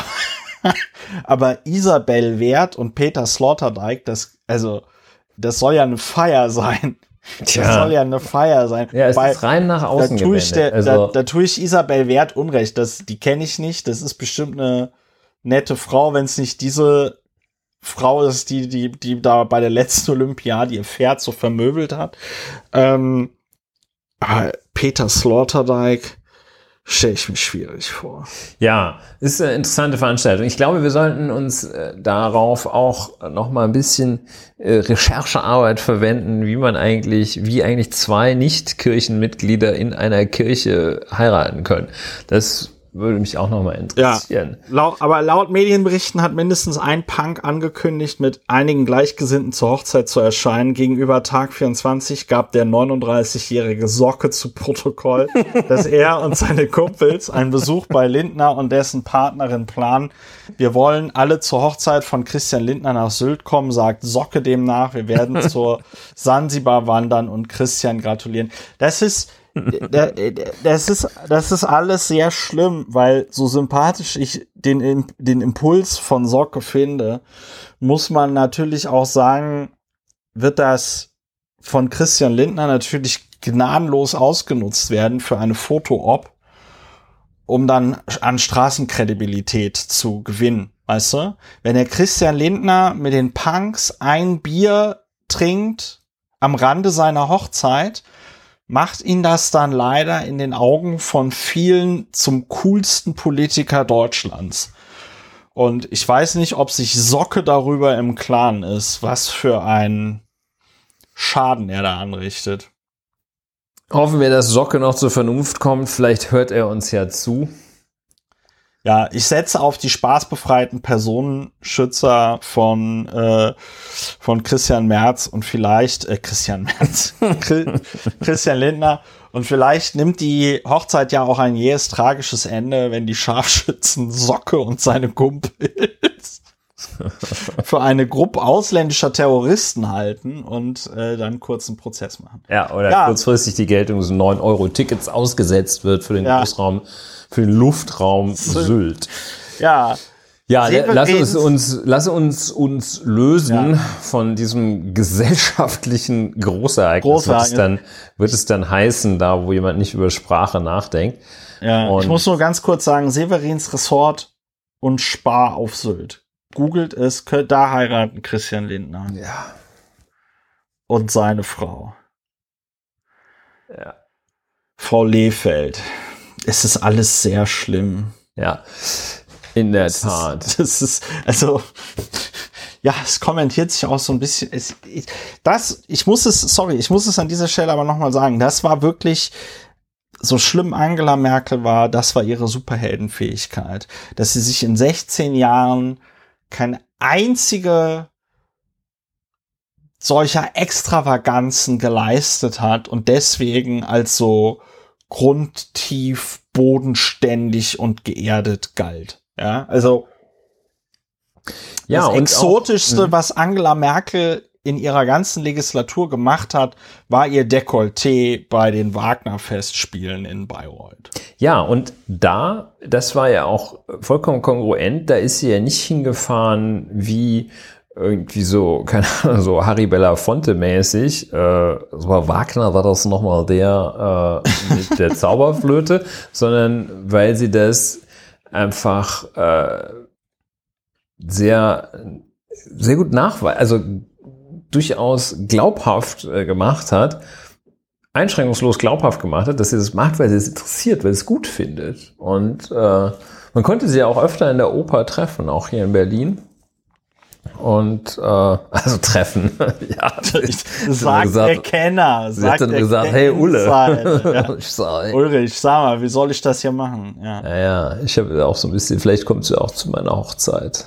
Aber Isabel Wert und Peter Sloterdijk, das, also, das soll ja eine Feier sein. Tja. Das soll ja eine Feier sein. Ja, es Weil, ist rein nach außen da tue ich, der, also, da, da tue ich Isabel Wert Unrecht. Das, die kenne ich nicht. Das ist bestimmt eine nette Frau, wenn es nicht diese Frau ist, die, die, die da bei der letzten Olympiade ihr Pferd so vermöbelt hat. Ähm, Peter Sloterdijk stelle ich mir schwierig vor. Ja, ist eine interessante Veranstaltung. Ich glaube, wir sollten uns äh, darauf auch noch mal ein bisschen äh, Recherchearbeit verwenden, wie man eigentlich, wie eigentlich zwei Nicht-Kirchenmitglieder in einer Kirche heiraten können. Das würde mich auch noch mal interessieren. Ja, laut, aber laut Medienberichten hat mindestens ein Punk angekündigt, mit einigen Gleichgesinnten zur Hochzeit zu erscheinen. Gegenüber Tag vierundzwanzig gab der neununddreißigjährige Socke zu Protokoll, dass er und seine Kumpels einen Besuch bei Lindner und dessen Partnerin planen. Wir wollen alle zur Hochzeit von Christian Lindner nach Sylt kommen, sagt Socke demnach. Wir werden zur Sansibar wandern und Christian gratulieren. Das ist Das ist, das ist alles sehr schlimm, weil so sympathisch ich den, den Impuls von Socke finde, muss man natürlich auch sagen, wird das von Christian Lindner natürlich gnadenlos ausgenutzt werden für eine Foto-Op, um dann an Straßenkredibilität zu gewinnen, weißt du? Wenn der Christian Lindner mit den Punks ein Bier trinkt am Rande seiner Hochzeit, macht ihn das dann leider in den Augen von vielen zum coolsten Politiker Deutschlands. Und ich weiß nicht, ob sich Socke darüber im Klaren ist, was für einen Schaden er da anrichtet. Hoffen wir, dass Socke noch zur Vernunft kommt. Vielleicht hört er uns ja zu. Ja, ich setze auf die spaßbefreiten Personenschützer von äh, von Christian Merz und vielleicht äh, Christian Merz, Christian Lindner, und vielleicht nimmt die Hochzeit ja auch ein jähes tragisches Ende, wenn die Scharfschützen Socke und seine Kumpels für eine Gruppe ausländischer Terroristen halten und äh, dann kurz einen Prozess machen. Ja, oder ja. kurzfristig die Geltung des neun Euro Tickets ausgesetzt wird für den ja. Großraum, für den Luftraum Sylt. Ja. Ja, lass uns, uns, lass uns uns lösen ja. von diesem gesellschaftlichen Großereignis. Großereignis. Wird es dann, wird es dann heißen, da wo jemand nicht über Sprache nachdenkt. Ja, und ich muss nur ganz kurz sagen, Severins Resort und Spar auf Sylt. Googelt es, da heiraten Christian Lindner. Ja. Und seine Frau. Ja. Frau Lehfeld. Es ist alles sehr schlimm. Ja, in der das Tat. Ist, das ist, also, ja, es kommentiert sich auch so ein bisschen. Es, ich, das, ich muss es, sorry, ich muss es an dieser Stelle aber nochmal sagen, das war wirklich, so schlimm Angela Merkel war, das war ihre Superheldenfähigkeit. Dass sie sich in sechzehn Jahren keine einzige solcher Extravaganzen geleistet hat und deswegen als so grundtief, bodenständig und geerdet galt. Ja, also ja, das Exotischste, auch, was Angela Merkel in ihrer ganzen Legislatur gemacht hat, war ihr Dekolleté bei den Wagner-Festspielen in Bayreuth. Ja, und da, das war ja auch vollkommen kongruent, da ist sie ja nicht hingefahren wie irgendwie so, keine Ahnung, so Harry Belafonte mäßig, äh, so Wagner war das nochmal der äh, mit der Zauberflöte, sondern weil sie das einfach äh, sehr, sehr gut nachweist, also durchaus glaubhaft äh, gemacht hat, einschränkungslos glaubhaft gemacht hat, dass sie das macht, weil sie es interessiert, weil sie es gut findet. Und äh, man konnte sie ja auch öfter in der Oper treffen, auch hier in Berlin. Und äh, also treffen. Ja, sagt gesagt, der Kenner. Sie hat dann gesagt, hey Ulle. Ja. Ich sag, Ulrich, sag mal, wie soll ich das hier machen? Ja, ja, ja, ich habe auch so ein bisschen, vielleicht kommt sie auch zu meiner Hochzeit.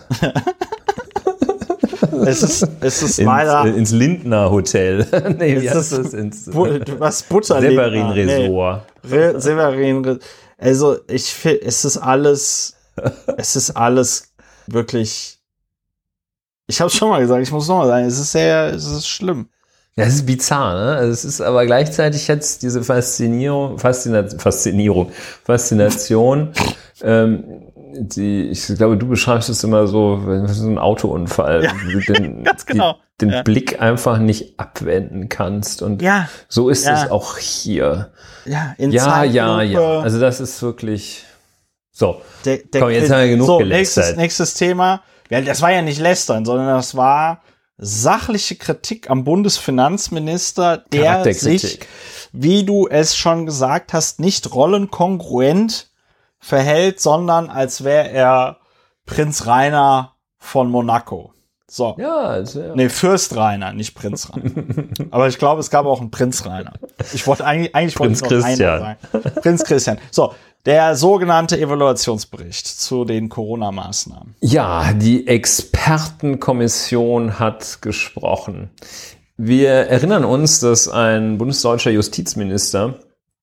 Es ist, es ist ins, leider ins Lindner Hotel. Nee, wie heißt das? Ins Bu- was Butterlindner. Severin Resort. Nee. Re- Severin Resort. Also ich finde, es ist alles, es ist alles wirklich. Ich habe es schon mal gesagt, ich muss noch mal sagen, es ist sehr, es ist schlimm. Ja, es ist bizarr, ne? Also es ist aber gleichzeitig jetzt diese Faszinierung, Faszina- Faszinierung, Faszination ähm, die, ich glaube, du beschreibst es immer so, wenn so ein Autounfall, ja, du den, ganz genau. die, den ja. Blick einfach nicht abwenden kannst. Und ja, so ist ja. es auch hier. Ja, in ja, Zeitlupe. ja, ja. Also das ist wirklich so. Der, der Komm, jetzt haben wir genug so, gelästert. Nächstes, nächstes Thema. Ja, das war ja nicht lästern, sondern das war sachliche Kritik am Bundesfinanzminister, der sich, wie du es schon gesagt hast, nicht rollenkongruent verhält, sondern als wäre er Prinz Rainer von Monaco. So. Ja, also, ja. Nee, Fürst Rainer, nicht Prinz Rainer. Aber ich glaube, es gab auch einen Prinz Rainer. Ich wollte eigentlich, eigentlich Prinz wollte ich noch Christian. Rainer sagen. Prinz Christian. So. Der sogenannte Evaluationsbericht zu den Corona-Maßnahmen. Ja, die Expertenkommission hat gesprochen. Wir erinnern uns, dass ein bundesdeutscher Justizminister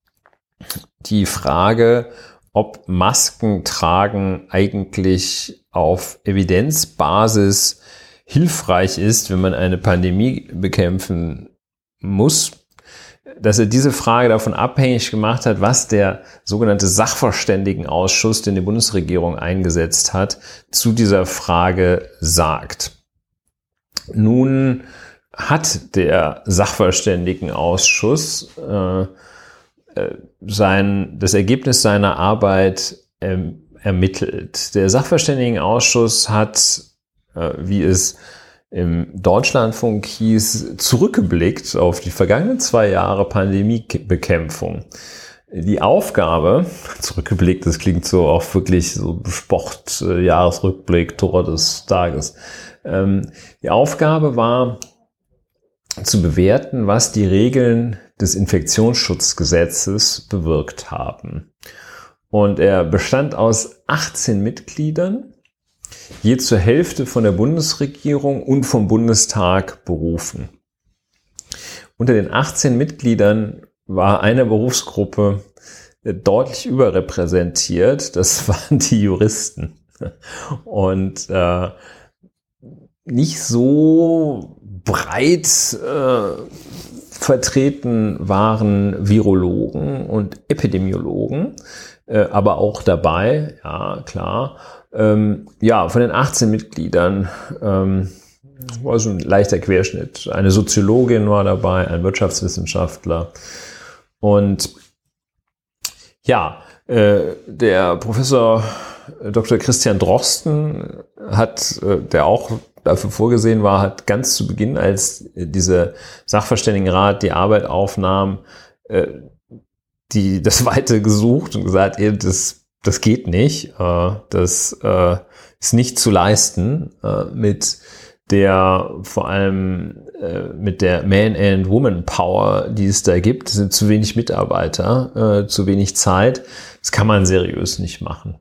die Frage, ob Maskentragen eigentlich auf Evidenzbasis hilfreich ist, wenn man eine Pandemie bekämpfen muss, dass er diese Frage davon abhängig gemacht hat, was der sogenannte Sachverständigenausschuss, den die Bundesregierung eingesetzt hat, zu dieser Frage sagt. Nun hat der Sachverständigenausschuss äh, sein, das Ergebnis seiner Arbeit ähm, ermittelt. Der Sachverständigenausschuss hat, äh, wie es im Deutschlandfunk hieß, zurückgeblickt auf die vergangenen zwei Jahre Pandemiebekämpfung. Die Aufgabe, zurückgeblickt, das klingt so auch wirklich so Sport, äh, Jahresrückblick, Tor des Tages. Ähm, die Aufgabe war, zu bewerten, was die Regeln des Infektionsschutzgesetzes bewirkt haben. Und er bestand aus achtzehn Mitgliedern, je zur Hälfte von der Bundesregierung und vom Bundestag berufen. Unter den achtzehn Mitgliedern war eine Berufsgruppe deutlich überrepräsentiert, das waren die Juristen. Und äh, nicht so breit äh, vertreten waren Virologen und Epidemiologen, äh, aber auch dabei, ja klar, ähm, ja, von den achtzehn Mitgliedern ähm, war so ein leichter Querschnitt. Eine Soziologin war dabei, ein Wirtschaftswissenschaftler und ja, äh, der Professor Doktor Christian Drosten hat, äh, der auch dafür vorgesehen war, hat ganz zu Beginn, als dieser Sachverständigenrat die Arbeit aufnahm, äh, die das Weite gesucht und gesagt, ey, das, das geht nicht, äh, das äh, ist nicht zu leisten äh, mit der, vor allem äh, mit der Man- and Woman-Power, die es da gibt. Es sind zu wenig Mitarbeiter, äh, zu wenig Zeit. Das kann man seriös nicht machen.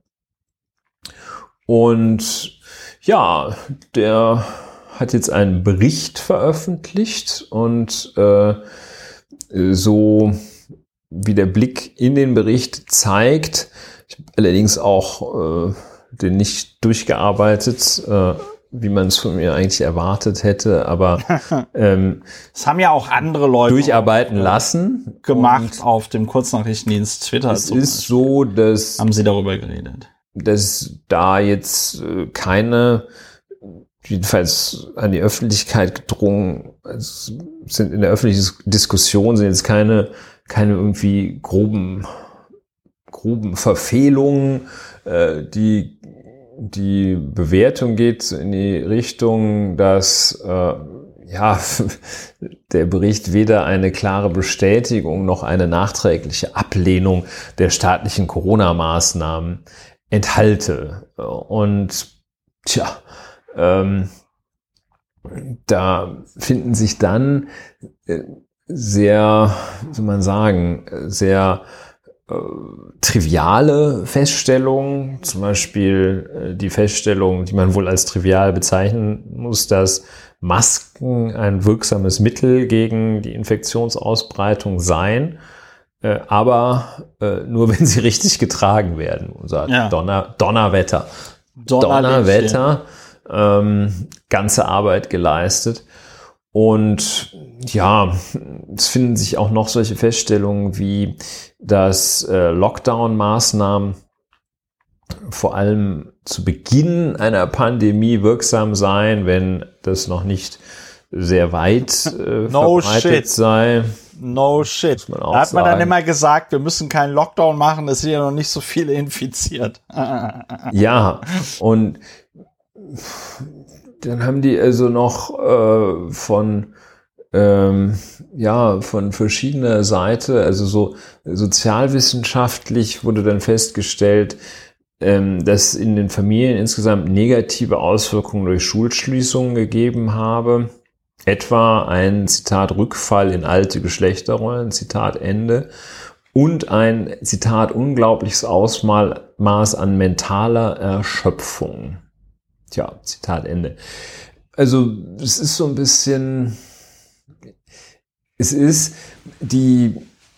Und ja, der hat jetzt einen Bericht veröffentlicht und äh, so wie der Blick in den Bericht zeigt, ich habe allerdings auch äh, den nicht durchgearbeitet, äh, wie man es von mir eigentlich erwartet hätte, aber ähm, das haben ja auch andere Leute durcharbeiten lassen gemacht auf dem Kurznachrichtendienst Twitter. Es ist so, dass haben sie darüber geredet, dass da jetzt äh, keine, jedenfalls an die Öffentlichkeit gedrungen, es sind in der öffentlichen Diskussion sind jetzt keine, keine irgendwie groben, groben Verfehlungen, äh, die, die Bewertung geht in die Richtung, dass, äh, ja, der Bericht weder eine klare Bestätigung noch eine nachträgliche Ablehnung der staatlichen Corona-Maßnahmen enthalte. Und tja, ähm, da finden sich dann äh, sehr, wie soll man sagen, sehr äh, triviale Feststellungen, zum Beispiel äh, die Feststellung, die man wohl als trivial bezeichnen muss, dass Masken ein wirksames Mittel gegen die Infektionsausbreitung seien, äh, aber äh, nur wenn sie richtig getragen werden. Unser ja. Donner, Donnerwetter. Donnerwetter. Donnerwetter. Ähm, ganze Arbeit geleistet. Und ja, es finden sich auch noch solche Feststellungen wie, dass äh, Lockdown-Maßnahmen vor allem zu Beginn einer Pandemie wirksam sein, wenn das noch nicht sehr weit äh, no verbreitet shit. sei. No shit. Da hat man sagen. Dann immer gesagt, wir müssen keinen Lockdown machen, es sind ja noch nicht so viele infiziert. Ja, und dann haben die also noch äh, von ähm, ja von verschiedener Seite, also so sozialwissenschaftlich wurde dann festgestellt, ähm, dass in den Familien insgesamt negative Auswirkungen durch Schulschließungen gegeben habe. Etwa ein, Zitat, Rückfall in alte Geschlechterrollen, Zitat Ende, und ein, Zitat, unglaubliches Ausmaß an mentaler Erschöpfung. Tja, Zitat Ende. Also es ist so ein bisschen, es ist die,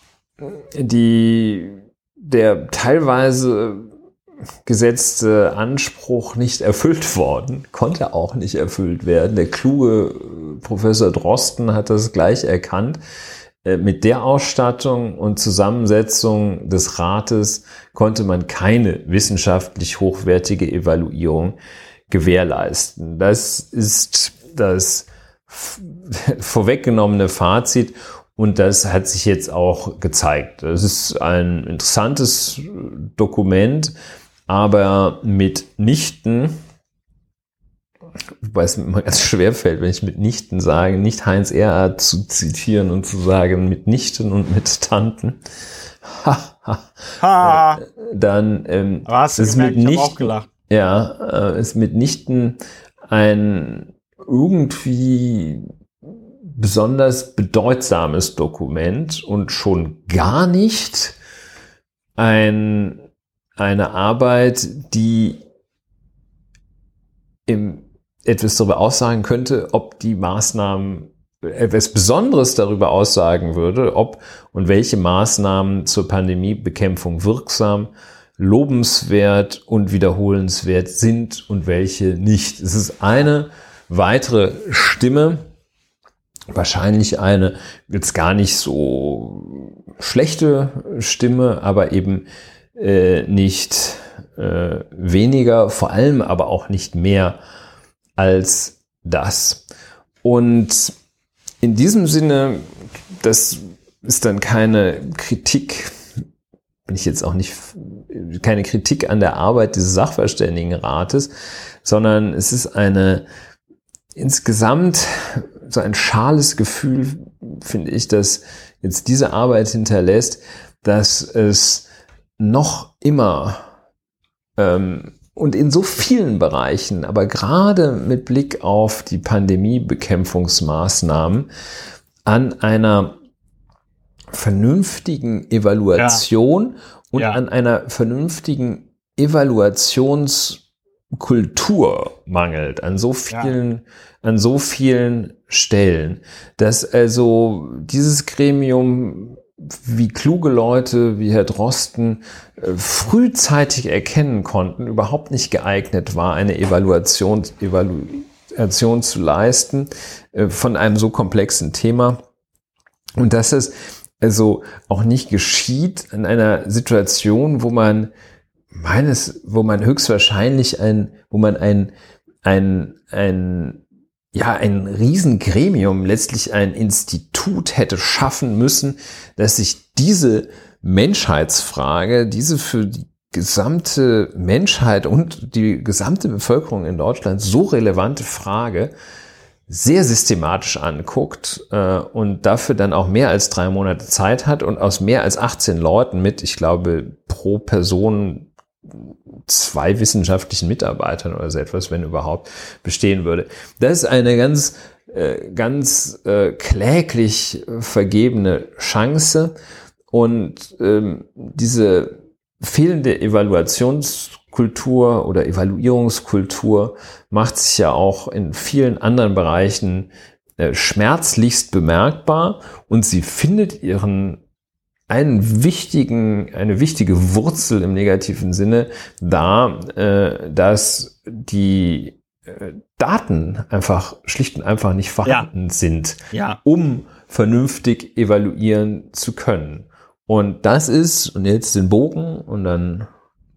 die, der teilweise gesetzte Anspruch nicht erfüllt worden, konnte auch nicht erfüllt werden. Der kluge Professor Drosten hat das gleich erkannt. Mit der Ausstattung und Zusammensetzung des Rates konnte man keine wissenschaftlich hochwertige Evaluierung gewährleisten. Das ist das vorweggenommene Fazit. Und das hat sich jetzt auch gezeigt. Das ist ein interessantes Dokument, aber mitnichten, wobei es mir immer ganz schwer fällt, wenn ich mitnichten sage, nicht Heinz Erhardt zu zitieren und zu sagen mitnichten und mit Tanten. Ha, ha. Ha. Äh, dann ähm, aber hast du ist gemerkt, mitnichten, ich habe auch gelacht. Ja, äh, ist mitnichten ein irgendwie besonders bedeutsames Dokument und schon gar nicht ein, eine Arbeit, die im, etwas darüber aussagen könnte, ob die Maßnahmen, etwas Besonderes darüber aussagen würde, ob und welche Maßnahmen zur Pandemiebekämpfung wirksam, lobenswert und wiederholenswert sind und welche nicht. Es ist eine weitere Stimme, wahrscheinlich eine jetzt gar nicht so schlechte Stimme, aber eben äh, nicht äh, weniger, vor allem aber auch nicht mehr als das. Und in diesem Sinne, das ist dann keine Kritik, bin ich jetzt auch nicht, keine Kritik an der Arbeit dieses Sachverständigenrates, sondern es ist eine insgesamt so ein schales Gefühl, finde ich, dass jetzt diese Arbeit hinterlässt, dass es noch immer ähm, und in so vielen Bereichen, aber gerade mit Blick auf die Pandemiebekämpfungsmaßnahmen an einer vernünftigen Evaluation ja. und ja. an einer vernünftigen Evaluationskultur mangelt, an so vielen, ja. an so vielen Stellen, dass also dieses Gremium, wie kluge Leute wie Herr Drosten äh, frühzeitig erkennen konnten, überhaupt nicht geeignet war, eine Evaluation, Evaluation zu leisten äh, von einem so komplexen Thema. Und dass es also auch nicht geschieht in einer Situation, wo man meines, wo man höchstwahrscheinlich ein, wo man ein, ein, ein, ja, ein Riesengremium, letztlich ein Institut hätte schaffen müssen, dass sich diese Menschheitsfrage, diese für die gesamte Menschheit und die gesamte Bevölkerung in Deutschland so relevante Frage sehr systematisch anguckt äh, und dafür dann auch mehr als drei Monate Zeit hat und aus mehr als achtzehn Leuten mit, ich glaube, pro Person zwei wissenschaftlichen Mitarbeitern oder so etwas, wenn überhaupt, bestehen würde. Das ist eine ganz, äh, ganz äh, kläglich vergebene Chance und ähm, diese fehlende Evaluationskultur oder Evaluierungskultur macht sich ja auch in vielen anderen Bereichen äh, schmerzlichst bemerkbar und sie findet ihren einen wichtigen, eine wichtige Wurzel im negativen Sinne da, äh, dass die äh, Daten einfach schlicht und einfach nicht vorhanden ja. sind, ja. um vernünftig evaluieren zu können. Und das ist, und jetzt den Bogen, und dann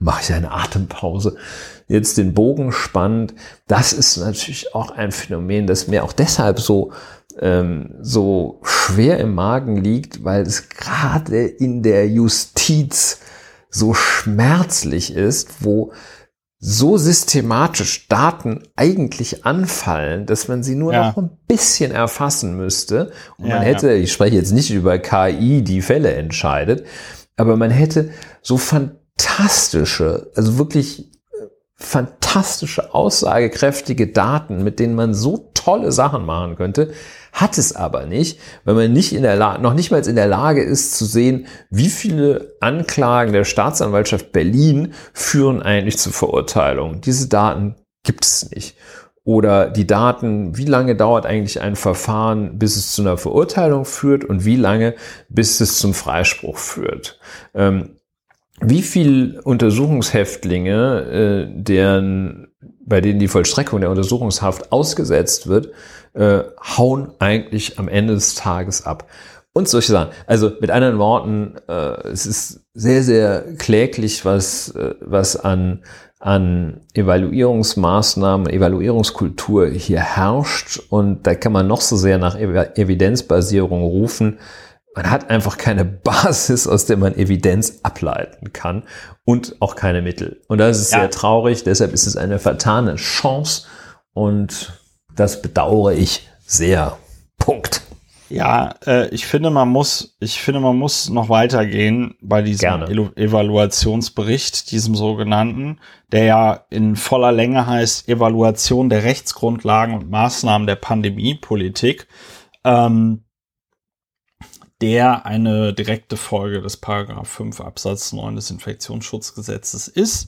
mache ich eine Atempause, jetzt den Bogen spannt. Das ist natürlich auch ein Phänomen, das mir auch deshalb so, ähm, so schwer im Magen liegt, weil es gerade in der Justiz so schmerzlich ist, wo so systematisch Daten eigentlich anfallen, dass man sie nur ja. noch ein bisschen erfassen müsste. Und ja, man hätte, ja. ich spreche jetzt nicht über K I, die Fälle entscheidet, aber man hätte so fantastische, also wirklich fantastische, aussagekräftige Daten, mit denen man so tolle Sachen machen könnte, hat es aber nicht, weil man nicht in der Lage, noch nicht mal in der Lage ist zu sehen, wie viele Anklagen der Staatsanwaltschaft Berlin führen eigentlich zu Verurteilungen. Diese Daten gibt es nicht. Oder die Daten, wie lange dauert eigentlich ein Verfahren, bis es zu einer Verurteilung führt und wie lange, bis es zum Freispruch führt. Ähm, wie viel Untersuchungshäftlinge, äh, deren, bei denen die Vollstreckung der Untersuchungshaft ausgesetzt wird, äh, hauen eigentlich am Ende des Tages ab. Und solche Sachen. Also mit anderen Worten, äh, es ist sehr, sehr kläglich, was, äh, was an, an Evaluierungsmaßnahmen, Evaluierungskultur hier herrscht. Und da kann man noch so sehr nach Ev- Evidenzbasierung rufen. Man hat einfach keine Basis, aus der man Evidenz ableiten kann und auch keine Mittel. Und das ist ja. sehr traurig. Deshalb ist es eine vertane Chance und das bedauere ich sehr. Punkt. Ja, äh, ich finde, man muss, ich finde, man muss noch weitergehen bei diesem Gerne. Evaluationsbericht, diesem sogenannten, der ja in voller Länge heißt Evaluation der Rechtsgrundlagen und Maßnahmen der Pandemiepolitik, ähm, der eine direkte Folge des Paragraph fünf Absatz neun des Infektionsschutzgesetzes ist.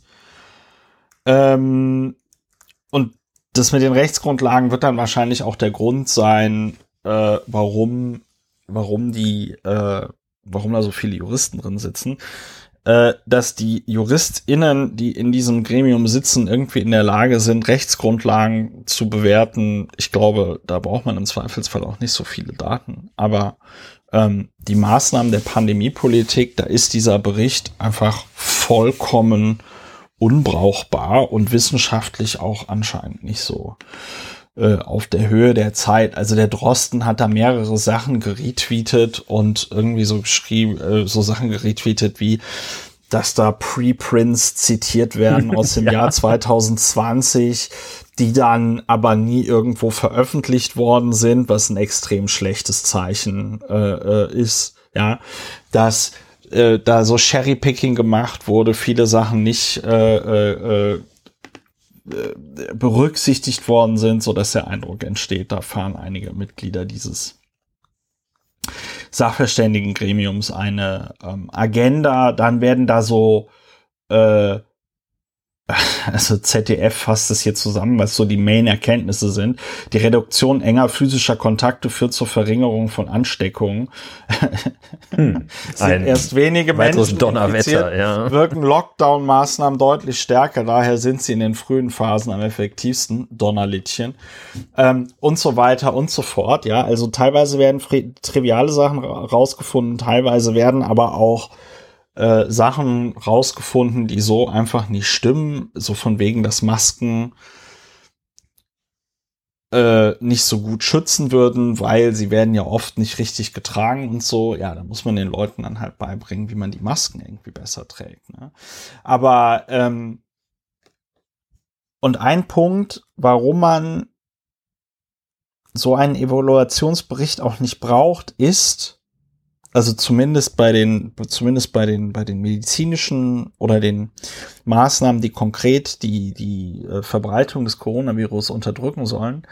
Ähm, und das mit den Rechtsgrundlagen wird dann wahrscheinlich auch der Grund sein, äh, warum, warum die, äh, warum da so viele Juristen drin sitzen, äh, dass die JuristInnen, die in diesem Gremium sitzen, irgendwie in der Lage sind, Rechtsgrundlagen zu bewerten. Ich glaube, da braucht man im Zweifelsfall auch nicht so viele Daten. Aber ähm, die Maßnahmen der Pandemiepolitik, da ist dieser Bericht einfach vollkommen unbrauchbar und wissenschaftlich auch anscheinend nicht so äh, auf der Höhe der Zeit. Also der Drosten hat da mehrere Sachen geretweetet und irgendwie so geschrieben, äh, so Sachen geretweetet wie, dass da Preprints zitiert werden aus dem ja. Jahr zwanzig zwanzig, die dann aber nie irgendwo veröffentlicht worden sind, was ein extrem schlechtes Zeichen äh, ist. Ja, dass äh, da so Cherrypicking gemacht wurde, viele Sachen nicht äh, äh, berücksichtigt worden sind, so dass der Eindruck entsteht, da fahren einige Mitglieder dieses Sachverständigengremiums eine ähm, Agenda. Dann werden da so äh, also Z D F fasst es hier zusammen, was so die Main-Erkenntnisse sind. Die Reduktion enger physischer Kontakte führt zur Verringerung von Ansteckungen. Hm. Sind erst wenige Menschen Donnerwetter, ja. wirken Lockdown-Maßnahmen deutlich stärker. Daher sind sie in den frühen Phasen am effektivsten. Donnerlittchen. Ähm, und so weiter und so fort. Ja, also teilweise werden fri- triviale Sachen ra- rausgefunden, teilweise werden aber auch Äh, Sachen rausgefunden, die so einfach nicht stimmen, so von wegen, dass Masken äh, nicht so gut schützen würden, weil sie werden ja oft nicht richtig getragen und so. Ja, da muss man den Leuten dann halt beibringen, wie man die Masken irgendwie besser trägt. Ne? Aber ähm, und ein Punkt, warum man so einen Evaluationsbericht auch nicht braucht, ist, also zumindest bei den, zumindest bei den, bei den medizinischen oder den Maßnahmen, die konkret die, die äh, Verbreitung des Coronavirus unterdrücken sollen,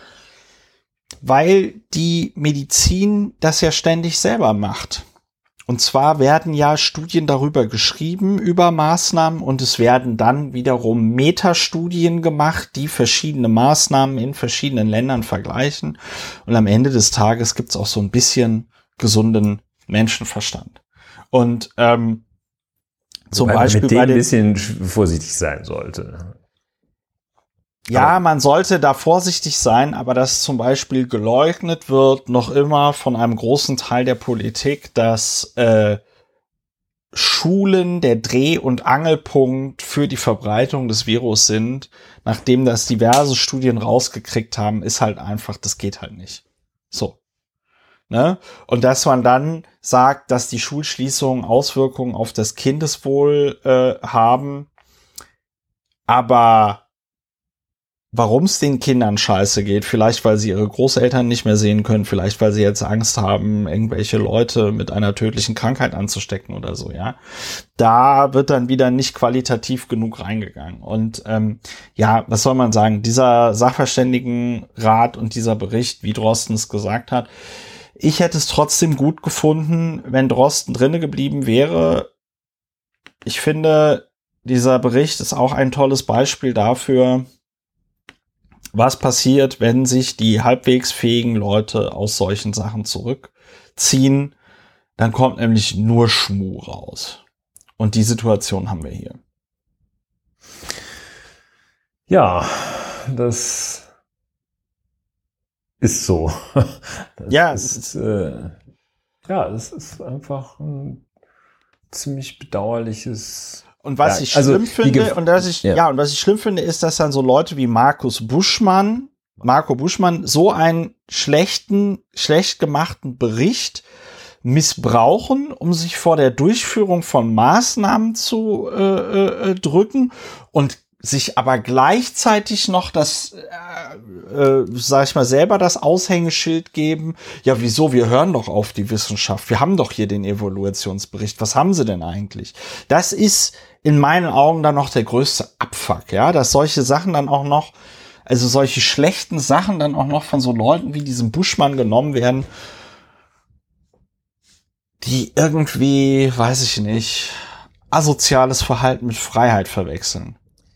weil die Medizin das ja ständig selber macht. Und zwar werden ja Studien darüber geschrieben, über Maßnahmen, und es werden dann wiederum Metastudien gemacht, die verschiedene Maßnahmen in verschiedenen Ländern vergleichen. Und am Ende des Tages gibt's auch so ein bisschen gesunden Menschenverstand. Und ähm, zum Wobei Beispiel man mit dem bei den, ein bisschen vorsichtig sein sollte. ja, aber man sollte da vorsichtig sein, aber dass zum Beispiel geleugnet wird, noch immer von einem großen Teil der Politik, dass äh, Schulen der Dreh- und Angelpunkt für die Verbreitung des Virus sind, nachdem das diverse Studien rausgekriegt haben, ist halt einfach, das geht halt nicht. So. Ne? Und dass man dann sagt, dass die Schulschließungen Auswirkungen auf das Kindeswohl äh, haben, aber warum es den Kindern scheiße geht, vielleicht weil sie ihre Großeltern nicht mehr sehen können, vielleicht weil sie jetzt Angst haben, irgendwelche Leute mit einer tödlichen Krankheit anzustecken oder so, ja. Da wird dann wieder nicht qualitativ genug reingegangen. Und ähm, ja, was soll man sagen, dieser Sachverständigenrat und dieser Bericht, wie Drosten es gesagt hat, ich hätte es trotzdem gut gefunden, wenn Drosten drinne geblieben wäre. Ich finde, dieser Bericht ist auch ein tolles Beispiel dafür, was passiert, wenn sich die halbwegs fähigen Leute aus solchen Sachen zurückziehen. Dann kommt nämlich nur Schmuh raus. Und die Situation haben wir hier. Ja, das ist so. Das ja, ist, ist, äh, ja, es ist einfach ein ziemlich bedauerliches. Und was ja, ich also schlimm finde, und was ich, ja. ja, und was ich schlimm finde, ist, dass dann so Leute wie Markus Buschmann, Marco Buschmann, so einen schlechten, schlecht gemachten Bericht missbrauchen, um sich vor der Durchführung von Maßnahmen zu äh, äh, drücken und sich aber gleichzeitig noch das, äh, äh, sag ich mal, selber das Aushängeschild geben. Ja, wieso? Wir hören doch auf die Wissenschaft. Wir haben doch hier den Evaluationsbericht. Was haben sie denn eigentlich? Das ist in meinen Augen dann noch der größte Abfuck, ja, dass solche Sachen dann auch noch, also solche schlechten Sachen dann auch noch von so Leuten wie diesem Buschmann genommen werden, die irgendwie, weiß ich nicht, asoziales Verhalten mit Freiheit verwechseln.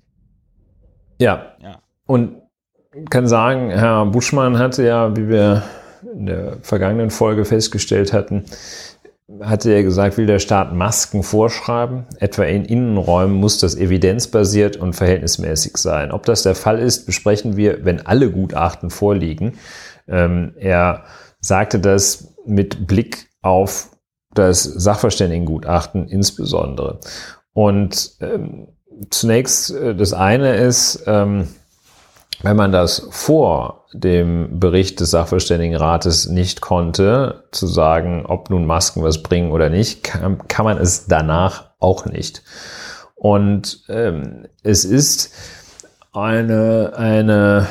Ja. ja, und kann sagen, Herr Buschmann hatte ja, wie wir in der vergangenen Folge festgestellt hatten, hatte er gesagt, will der Staat Masken vorschreiben. Etwa in Innenräumen muss das evidenzbasiert und verhältnismäßig sein. Ob das der Fall ist, besprechen wir, wenn alle Gutachten vorliegen. Ähm, er sagte das mit Blick auf das Sachverständigengutachten insbesondere. Und ähm, zunächst, das eine ist, ähm, wenn man das vor dem Bericht des Sachverständigenrates nicht konnte, zu sagen, ob nun Masken was bringen oder nicht, kann, kann man es danach auch nicht. Und ähm, es ist eine, eine,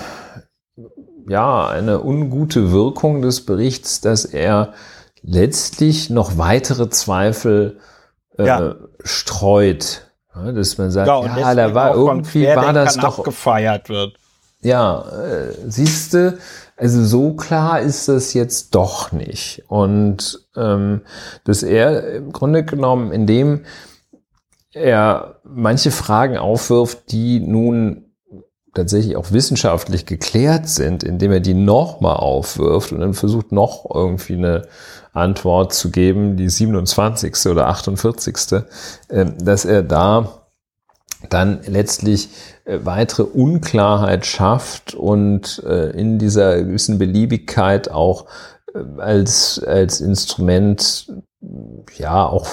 ja, eine ungute Wirkung des Berichts, dass er letztlich noch weitere Zweifel äh, ja. streut. Ja, dass man sagt, ja, ja da war irgendwie war das doch gefeiert wird. Ja, äh, siehste, also so klar ist das jetzt doch nicht. Und ähm, dass er im Grunde genommen, indem er manche Fragen aufwirft, die nun tatsächlich auch wissenschaftlich geklärt sind, indem er die nochmal aufwirft und dann versucht noch irgendwie eine Antwort zu geben, die siebenundzwanzigste oder achtundvierzigste, äh, dass er da dann letztlich äh, weitere Unklarheit schafft und äh, in dieser gewissen Beliebigkeit auch äh, als, als Instrument ja auch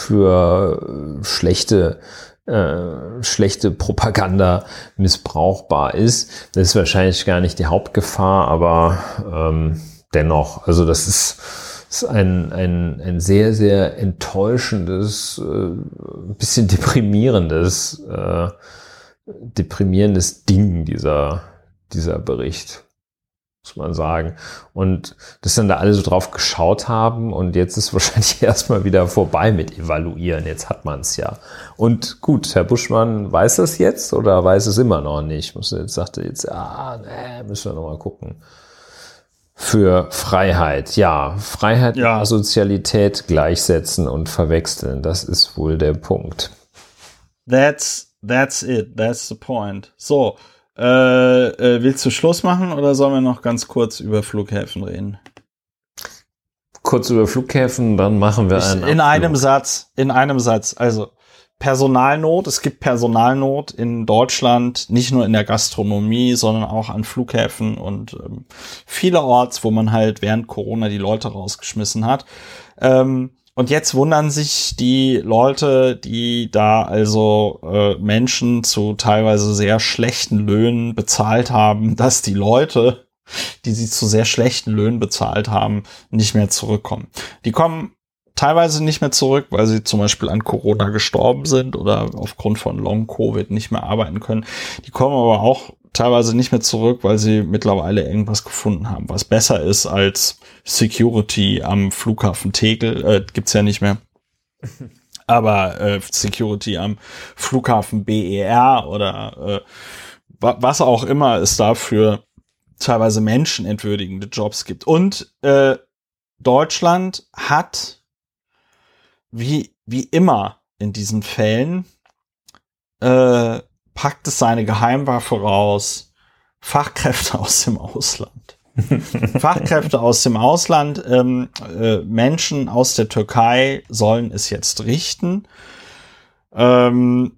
für äh, schlechte Äh, schlechte Propaganda missbrauchbar ist. Das ist wahrscheinlich gar nicht die Hauptgefahr, aber ähm, dennoch, also das ist, ist ein, ein, ein sehr, sehr enttäuschendes, äh, ein bisschen deprimierendes, äh, deprimierendes Ding, dieser, dieser Bericht, muss man sagen. Und dass dann da alle so drauf geschaut haben und jetzt ist wahrscheinlich erstmal wieder vorbei mit Evaluieren. Jetzt hat man es ja. Und gut, Herr Buschmann weiß das jetzt oder weiß es immer noch nicht? Muss jetzt sagte jetzt, ah, nee, müssen wir nochmal gucken. Für Freiheit, ja. Freiheit ja. und Asozialität gleichsetzen und verwechseln. Das ist wohl der Punkt. That's, that's it. That's the point. So. Äh, äh, willst du Schluss machen oder sollen wir noch ganz kurz über Flughäfen reden? Kurz über Flughäfen, dann machen wir einen ich, In einem Satz, in einem Satz. Also Personalnot, es gibt Personalnot in Deutschland, nicht nur in der Gastronomie, sondern auch an Flughäfen und ähm, vielerorts, wo man halt während Corona die Leute rausgeschmissen hat. Ähm, und jetzt wundern sich die Leute, die da also äh, Menschen zu teilweise sehr schlechten Löhnen bezahlt haben, dass die Leute, die sie zu sehr schlechten Löhnen bezahlt haben, nicht mehr zurückkommen. Die kommen teilweise nicht mehr zurück, weil sie zum Beispiel an Corona gestorben sind oder aufgrund von Long-Covid nicht mehr arbeiten können. Die kommen aber auch teilweise nicht mehr zurück, weil sie mittlerweile irgendwas gefunden haben, was besser ist als Security am Flughafen Tegel. Äh, gibt's ja nicht mehr. Aber äh, Security am Flughafen B E R oder äh, was auch immer es dafür teilweise menschenentwürdigende Jobs gibt. Und äh, Deutschland hat wie wie immer in diesen Fällen äh, packt es seine Geheimwaffe raus, Fachkräfte aus dem Ausland. Fachkräfte aus dem Ausland, ähm, äh, Menschen aus der Türkei sollen es jetzt richten. Ähm,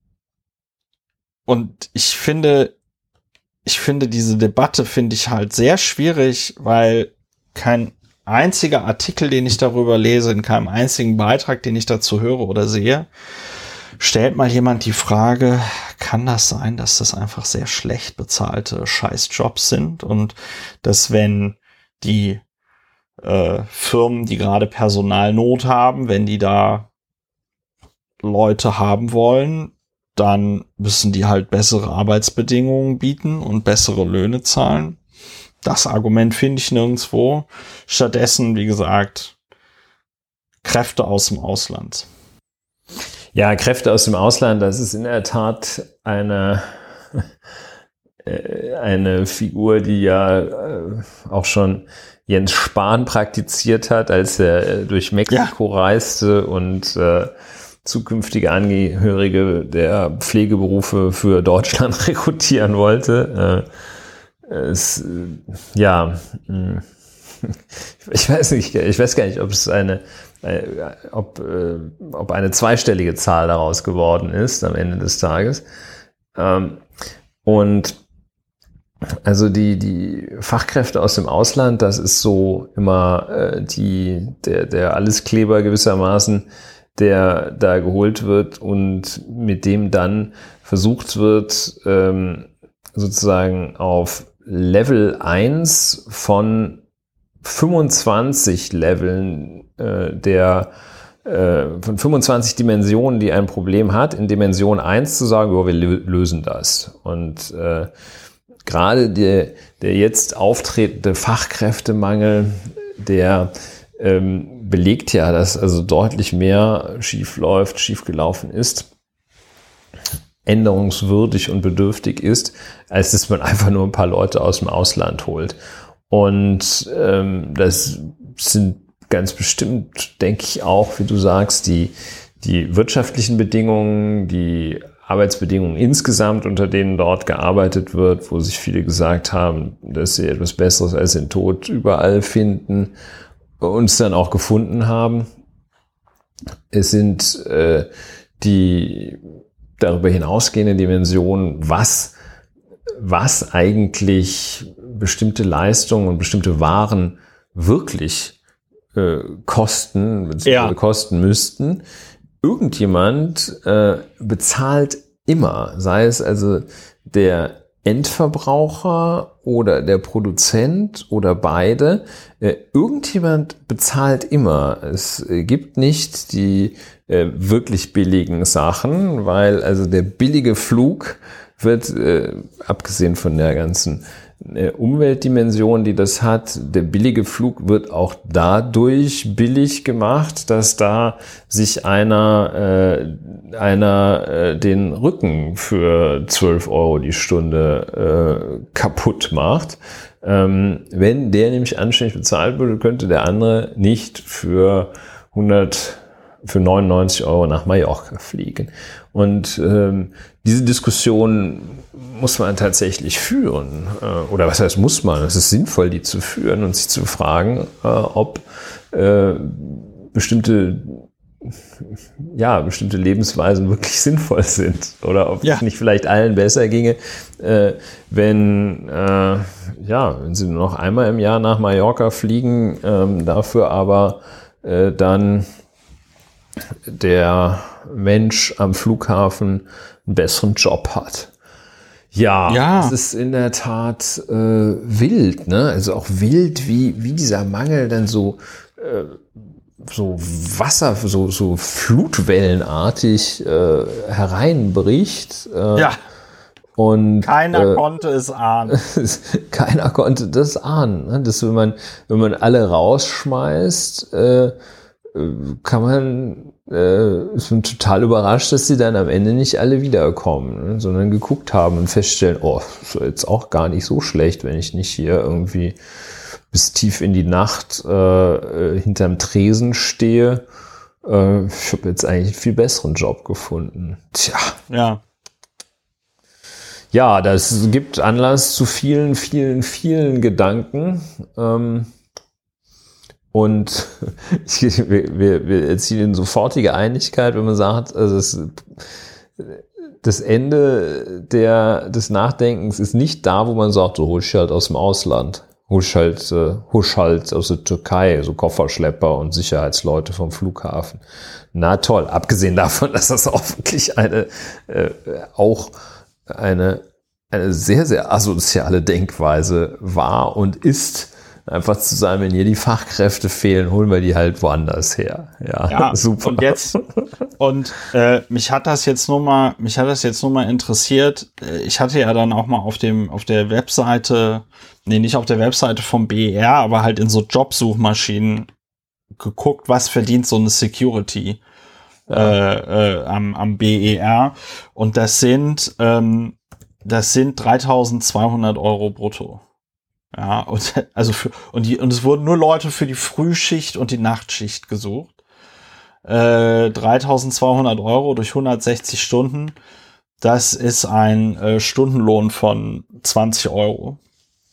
und ich finde, ich finde diese Debatte finde ich halt sehr schwierig, weil kein einziger Artikel, den ich darüber lese, in keinem einzigen Beitrag, den ich dazu höre oder sehe, stellt mal jemand die Frage, kann das sein, dass das einfach sehr schlecht bezahlte Scheißjobs sind und dass wenn die äh, Firmen, die gerade Personalnot haben, wenn die da Leute haben wollen, dann müssen die halt bessere Arbeitsbedingungen bieten und bessere Löhne zahlen. Das Argument finde ich nirgendwo. Stattdessen, wie gesagt, Kräfte aus dem Ausland. Ja, Kräfte aus dem Ausland, das ist in der Tat eine, äh, eine Figur, die ja äh, auch schon Jens Spahn praktiziert hat, als er äh, durch Mexiko ja. reiste und äh, zukünftige Angehörige der Pflegeberufe für Deutschland rekrutieren wollte. Äh, es, äh, ja, mh. ich weiß nicht, ich weiß gar nicht, ob es eine Ob, äh, ob eine zweistellige Zahl daraus geworden ist am Ende des Tages. Ähm, und also die, die Fachkräfte aus dem Ausland, das ist so immer äh, die, der, der Alleskleber gewissermaßen, der da geholt wird und mit dem dann versucht wird, ähm, sozusagen auf Level eins von fünfundzwanzig Leveln äh, der äh, von fünfundzwanzig Dimensionen, die ein Problem hat, in Dimension eins zu sagen, oh, wir lösen das. Und äh, gerade der, der jetzt auftretende Fachkräftemangel, der ähm, belegt ja, dass also deutlich mehr schief läuft, schief gelaufen ist, änderungswürdig und bedürftig ist, als dass man einfach nur ein paar Leute aus dem Ausland holt. Und ähm, das sind ganz bestimmt, denke ich auch, wie du sagst, die, die wirtschaftlichen Bedingungen, die Arbeitsbedingungen insgesamt, unter denen dort gearbeitet wird, wo sich viele gesagt haben, dass sie etwas Besseres als den Tod überall finden, uns dann auch gefunden haben. Es sind äh, die darüber hinausgehende Dimensionen, was was eigentlich bestimmte Leistungen und bestimmte Waren wirklich äh, kosten, ja. kosten müssten. Irgendjemand äh, bezahlt immer, sei es also der Endverbraucher oder der Produzent oder beide. Äh, irgendjemand bezahlt immer. Es äh, gibt nicht die äh, wirklich billigen Sachen, weil also der billige Flug wird, äh, abgesehen von der ganzen äh, Umweltdimension, die das hat, der billige Flug wird auch dadurch billig gemacht, dass da sich einer, äh, einer äh, den Rücken für zwölf Euro die Stunde äh, kaputt macht. Ähm, wenn der nämlich anständig bezahlt würde, könnte der andere nicht für hundert für neunundneunzig Euro nach Mallorca fliegen. Und ähm, diese Diskussion muss man tatsächlich führen. Äh, oder was heißt muss man? Es ist sinnvoll, die zu führen und sich zu fragen, äh, ob äh, bestimmte ja, bestimmte Lebensweisen wirklich sinnvoll sind. Oder ob ja. es nicht vielleicht allen besser ginge, äh, wenn äh, ja, wenn sie nur noch einmal im Jahr nach Mallorca fliegen, ähm, dafür aber äh, dann der Mensch am Flughafen einen besseren Job hat. Ja, Ja. es ist in der Tat äh, wild, ne? Also auch wild, wie, wie dieser Mangel dann so, äh, so Wasser, so, so flutwellenartig äh, hereinbricht. Äh, Ja. Und, Keiner äh, konnte es ahnen. keiner konnte das ahnen. Ne? Dass wenn man, wenn man alle rausschmeißt, äh, kann man, äh, ist man total überrascht, dass sie dann am Ende nicht alle wiederkommen, ne? Sondern geguckt haben und feststellen, oh, ist jetzt auch gar nicht so schlecht, wenn ich nicht hier irgendwie bis tief in die Nacht äh, hinterm Tresen stehe. Äh, ich habe jetzt eigentlich einen viel besseren Job gefunden. Tja. Ja. Ja, das gibt Anlass zu vielen, vielen, vielen Gedanken. Ähm, und wir, wir, wir erzielen sofortige Einigkeit, wenn man sagt, also das, das Ende der, des Nachdenkens ist nicht da, wo man sagt, so husch halt aus dem Ausland, husch halt, äh, husch halt aus der Türkei, so Kofferschlepper und Sicherheitsleute vom Flughafen. Na toll, abgesehen davon, dass das auch wirklich eine, äh, auch eine, eine sehr, sehr asoziale Denkweise war und ist, einfach zu sagen, wenn hier die Fachkräfte fehlen, holen wir die halt woanders her. Ja, Ja, super. Und jetzt, und äh, mich hat das jetzt nur mal, mich hat das jetzt nur mal interessiert. Ich hatte ja dann auch mal auf dem, auf der Webseite, nee, nicht auf der Webseite vom B E R, aber halt in so Jobsuchmaschinen geguckt, was verdient so eine Security ja. äh, äh, am, am B E R. Und das sind, ähm, das sind dreitausendzweihundert Euro brutto. Ja, und, also für, und die, und es wurden nur Leute für die Frühschicht und die Nachtschicht gesucht. Äh, dreitausendzweihundert Euro durch hundertsechzig Stunden. Das ist ein äh, Stundenlohn von zwanzig Euro.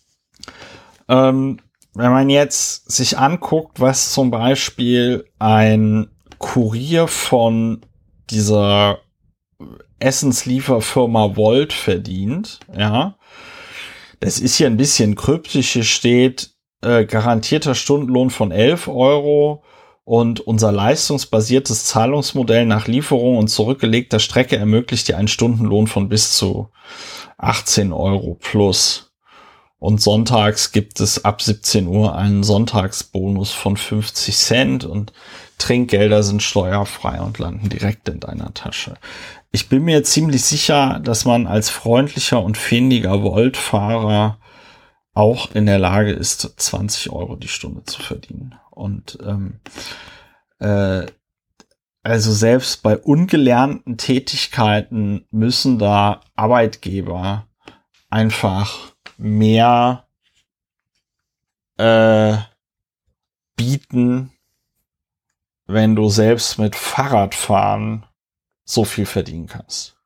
Ähm, wenn man jetzt sich anguckt, was zum Beispiel ein Kurier von dieser Essenslieferfirma Volt verdient, ja, das ist hier ein bisschen kryptisch. Hier steht äh, garantierter Stundenlohn von elf Euro und unser leistungsbasiertes Zahlungsmodell nach Lieferung und zurückgelegter Strecke ermöglicht dir einen Stundenlohn von bis zu achtzehn Euro plus. Und sonntags gibt es ab siebzehn Uhr einen Sonntagsbonus von fünfzig Cent und Trinkgelder sind steuerfrei und landen direkt in deiner Tasche. Ich bin mir ziemlich sicher, dass man als freundlicher und findiger Volt-Fahrer auch in der Lage ist, zwanzig Euro die Stunde zu verdienen. Und ähm, äh, also selbst bei ungelernten Tätigkeiten müssen da Arbeitgeber einfach mehr äh, bieten, wenn du selbst mit Fahrradfahren so viel verdienen kannst.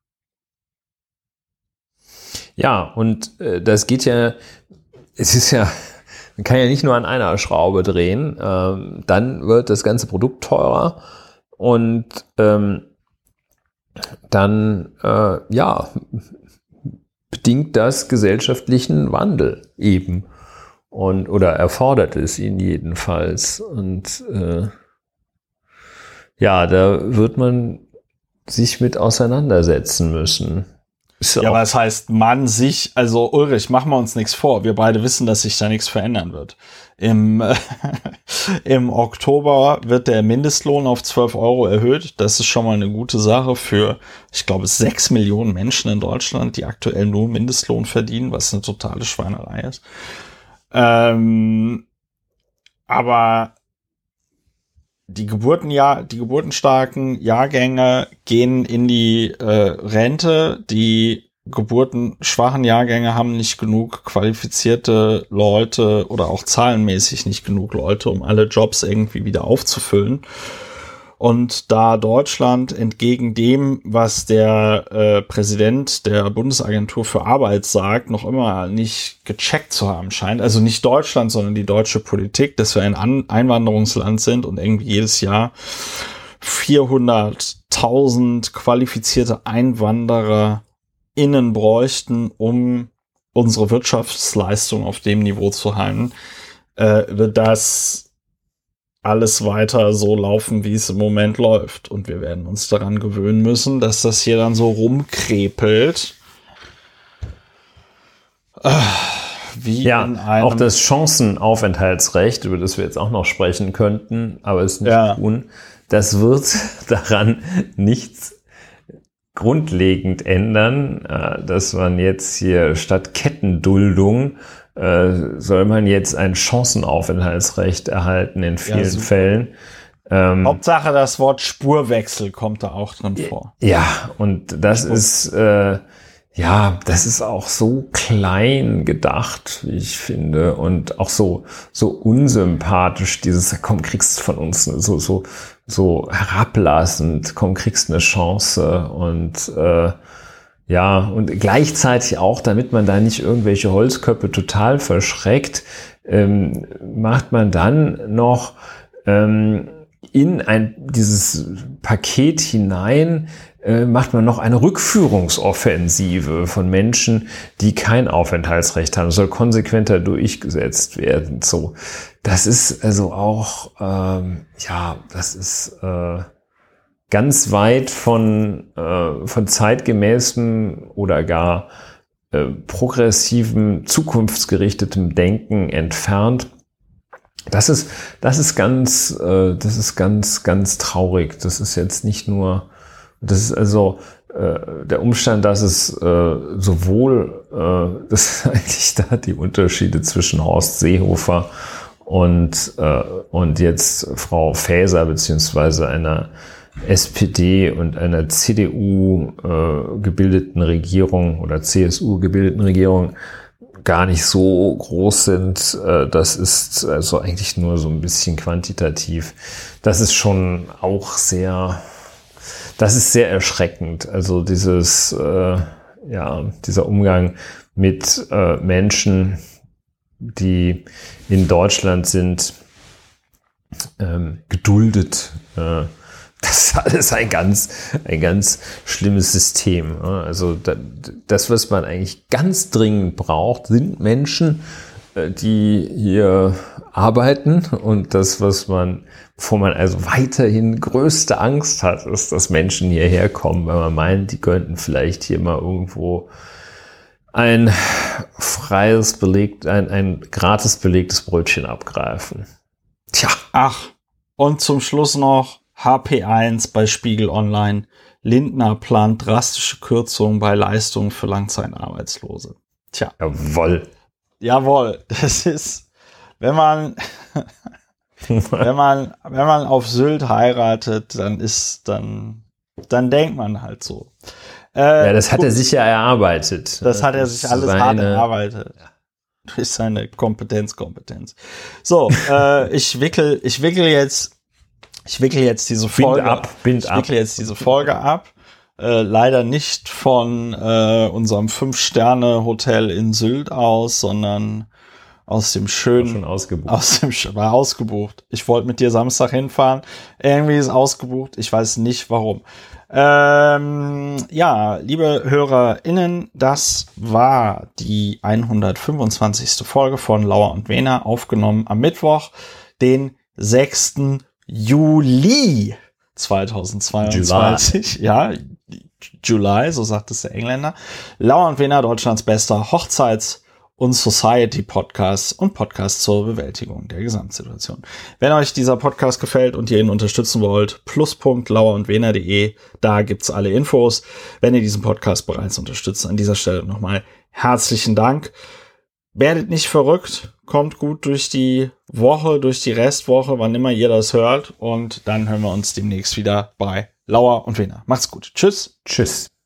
Ja, und äh, das geht ja, es ist ja, man kann ja nicht nur an einer Schraube drehen, ähm, dann wird das ganze Produkt teurer und ähm, dann, äh, ja, bedingt das gesellschaftlichen Wandel eben und oder erfordert es ihn jedenfalls. Und äh, ja, da wird man sich mit auseinandersetzen müssen. Ist ja, aber es heißt, man sich, also Ulrich, machen wir uns nichts vor. Wir beide wissen, dass sich da nichts verändern wird. Im, äh, im Oktober wird der Mindestlohn auf zwölf Euro erhöht. Das ist schon mal eine gute Sache für, ich glaube, sechs Millionen Menschen in Deutschland, die aktuell nur Mindestlohn verdienen, was eine totale Schweinerei ist. Ähm, aber die Geburtenjahr, die geburtenstarken Jahrgänge gehen in die äh, Rente. Die geburtenschwachen Jahrgänge haben nicht genug qualifizierte Leute oder auch zahlenmäßig nicht genug Leute, um alle Jobs irgendwie wieder aufzufüllen. Und da Deutschland entgegen dem, was der äh, Präsident der Bundesagentur für Arbeit sagt, noch immer nicht gecheckt zu haben scheint, also nicht Deutschland, sondern die deutsche Politik, dass wir ein An- Einwanderungsland sind und irgendwie jedes Jahr vierhunderttausend qualifizierte EinwandererInnen bräuchten, um unsere Wirtschaftsleistung auf dem Niveau zu halten, äh, wird das alles weiter so laufen, wie es im Moment läuft. Und wir werden uns daran gewöhnen müssen, dass das hier dann so rumkrepelt. Wie ja, in einem auch das Chancenaufenthaltsrecht, über das wir jetzt auch noch sprechen könnten, aber es nicht Ja. tun, das wird daran nichts grundlegend ändern, äh, dass man jetzt hier statt Kettenduldung äh, soll man jetzt ein Chancenaufenthaltsrecht erhalten in vielen super. Fällen. Ähm, Hauptsache das Wort Spurwechsel kommt da auch drin vor. Ja, und das ist äh, ja, das ist auch so klein gedacht, wie ich finde, und auch so so unsympathisch. Dieses komm, kriegst von uns so so so herablassend, komm, kriegst eine Chance und äh, ja, und gleichzeitig auch, damit man da nicht irgendwelche Holzköpfe total verschreckt, ähm, macht man dann noch ähm, in ein dieses Paket hinein, äh, macht man noch eine Rückführungsoffensive von Menschen, die kein Aufenthaltsrecht haben. Das soll konsequenter durchgesetzt werden. So, das ist also auch, ähm, ja, das ist äh, ganz weit von, äh, von zeitgemäßem oder gar äh, progressivem, zukunftsgerichtetem Denken entfernt. Das ist, das ist ganz, äh, das ist ganz, ganz traurig. Das ist jetzt nicht nur, das ist also äh, der Umstand, dass es äh, sowohl, äh, das ist eigentlich da die Unterschiede zwischen Horst Seehofer und äh, und jetzt Frau Faeser beziehungsweise einer S P D und einer C D U äh, gebildeten Regierung oder C S U gebildeten Regierung gar nicht so groß sind. Äh, das ist also eigentlich nur so ein bisschen quantitativ. Das ist schon auch sehr, das ist sehr erschreckend. Also dieses, äh, ja, dieser Umgang mit äh, Menschen, die in Deutschland sind, ähm, geduldet. Äh, Das ist alles ein ganz, ein ganz schlimmes System. Also das, was man eigentlich ganz dringend braucht, sind Menschen, die hier arbeiten. Und das, was man, wovor man also weiterhin größte Angst hat, ist, dass Menschen hierher kommen, weil man meint, die könnten vielleicht hier mal irgendwo ein freies beleg, ein, ein gratis belegtes Brötchen abgreifen. Tja. Ach, und zum Schluss noch H P eins bei Spiegel Online. Lindner plant drastische Kürzungen bei Leistungen für Langzeitarbeitslose. Tja. Jawohl. Jawohl. Das ist, wenn man, wenn man, wenn man auf Sylt heiratet, dann ist, dann, dann denkt man halt so. Äh, ja, das hat er sich ja erarbeitet. Das hat er sich alles seine, hart erarbeitet. Durch seine Kompetenz, Kompetenz. So, äh, ich wickel, ich wickel jetzt Ich wickel jetzt diese Folge bind ab, bind ich wickel jetzt diese Folge ab. Äh, leider nicht von äh, unserem Fünf-Sterne-Hotel in Sylt aus, sondern aus dem schönen, schon ausgebucht. aus dem war ausgebucht. Ich wollte mit dir Samstag hinfahren. Irgendwie ist ausgebucht. Ich weiß nicht warum. Ähm, ja, liebe HörerInnen, das war die hundertfünfundzwanzigste Folge von Lauer und Wehner, aufgenommen am Mittwoch, den sechsten Juli zweitausendzweiundzwanzig. July. Ja, July, so sagt es der Engländer. Lauer und Wehner, Deutschlands bester Hochzeits- und Society-Podcast und Podcast zur Bewältigung der Gesamtsituation. Wenn euch dieser Podcast gefällt und ihr ihn unterstützen wollt, pluspunkt lauer und wehner punkt de, da gibt's alle Infos. Wenn ihr diesen Podcast bereits unterstützt, an dieser Stelle nochmal herzlichen Dank. Werdet nicht verrückt, kommt gut durch die Woche, durch die Restwoche, wann immer ihr das hört. Und dann hören wir uns demnächst wieder bei Lauer und Wehner. Macht's gut. Tschüss. Tschüss.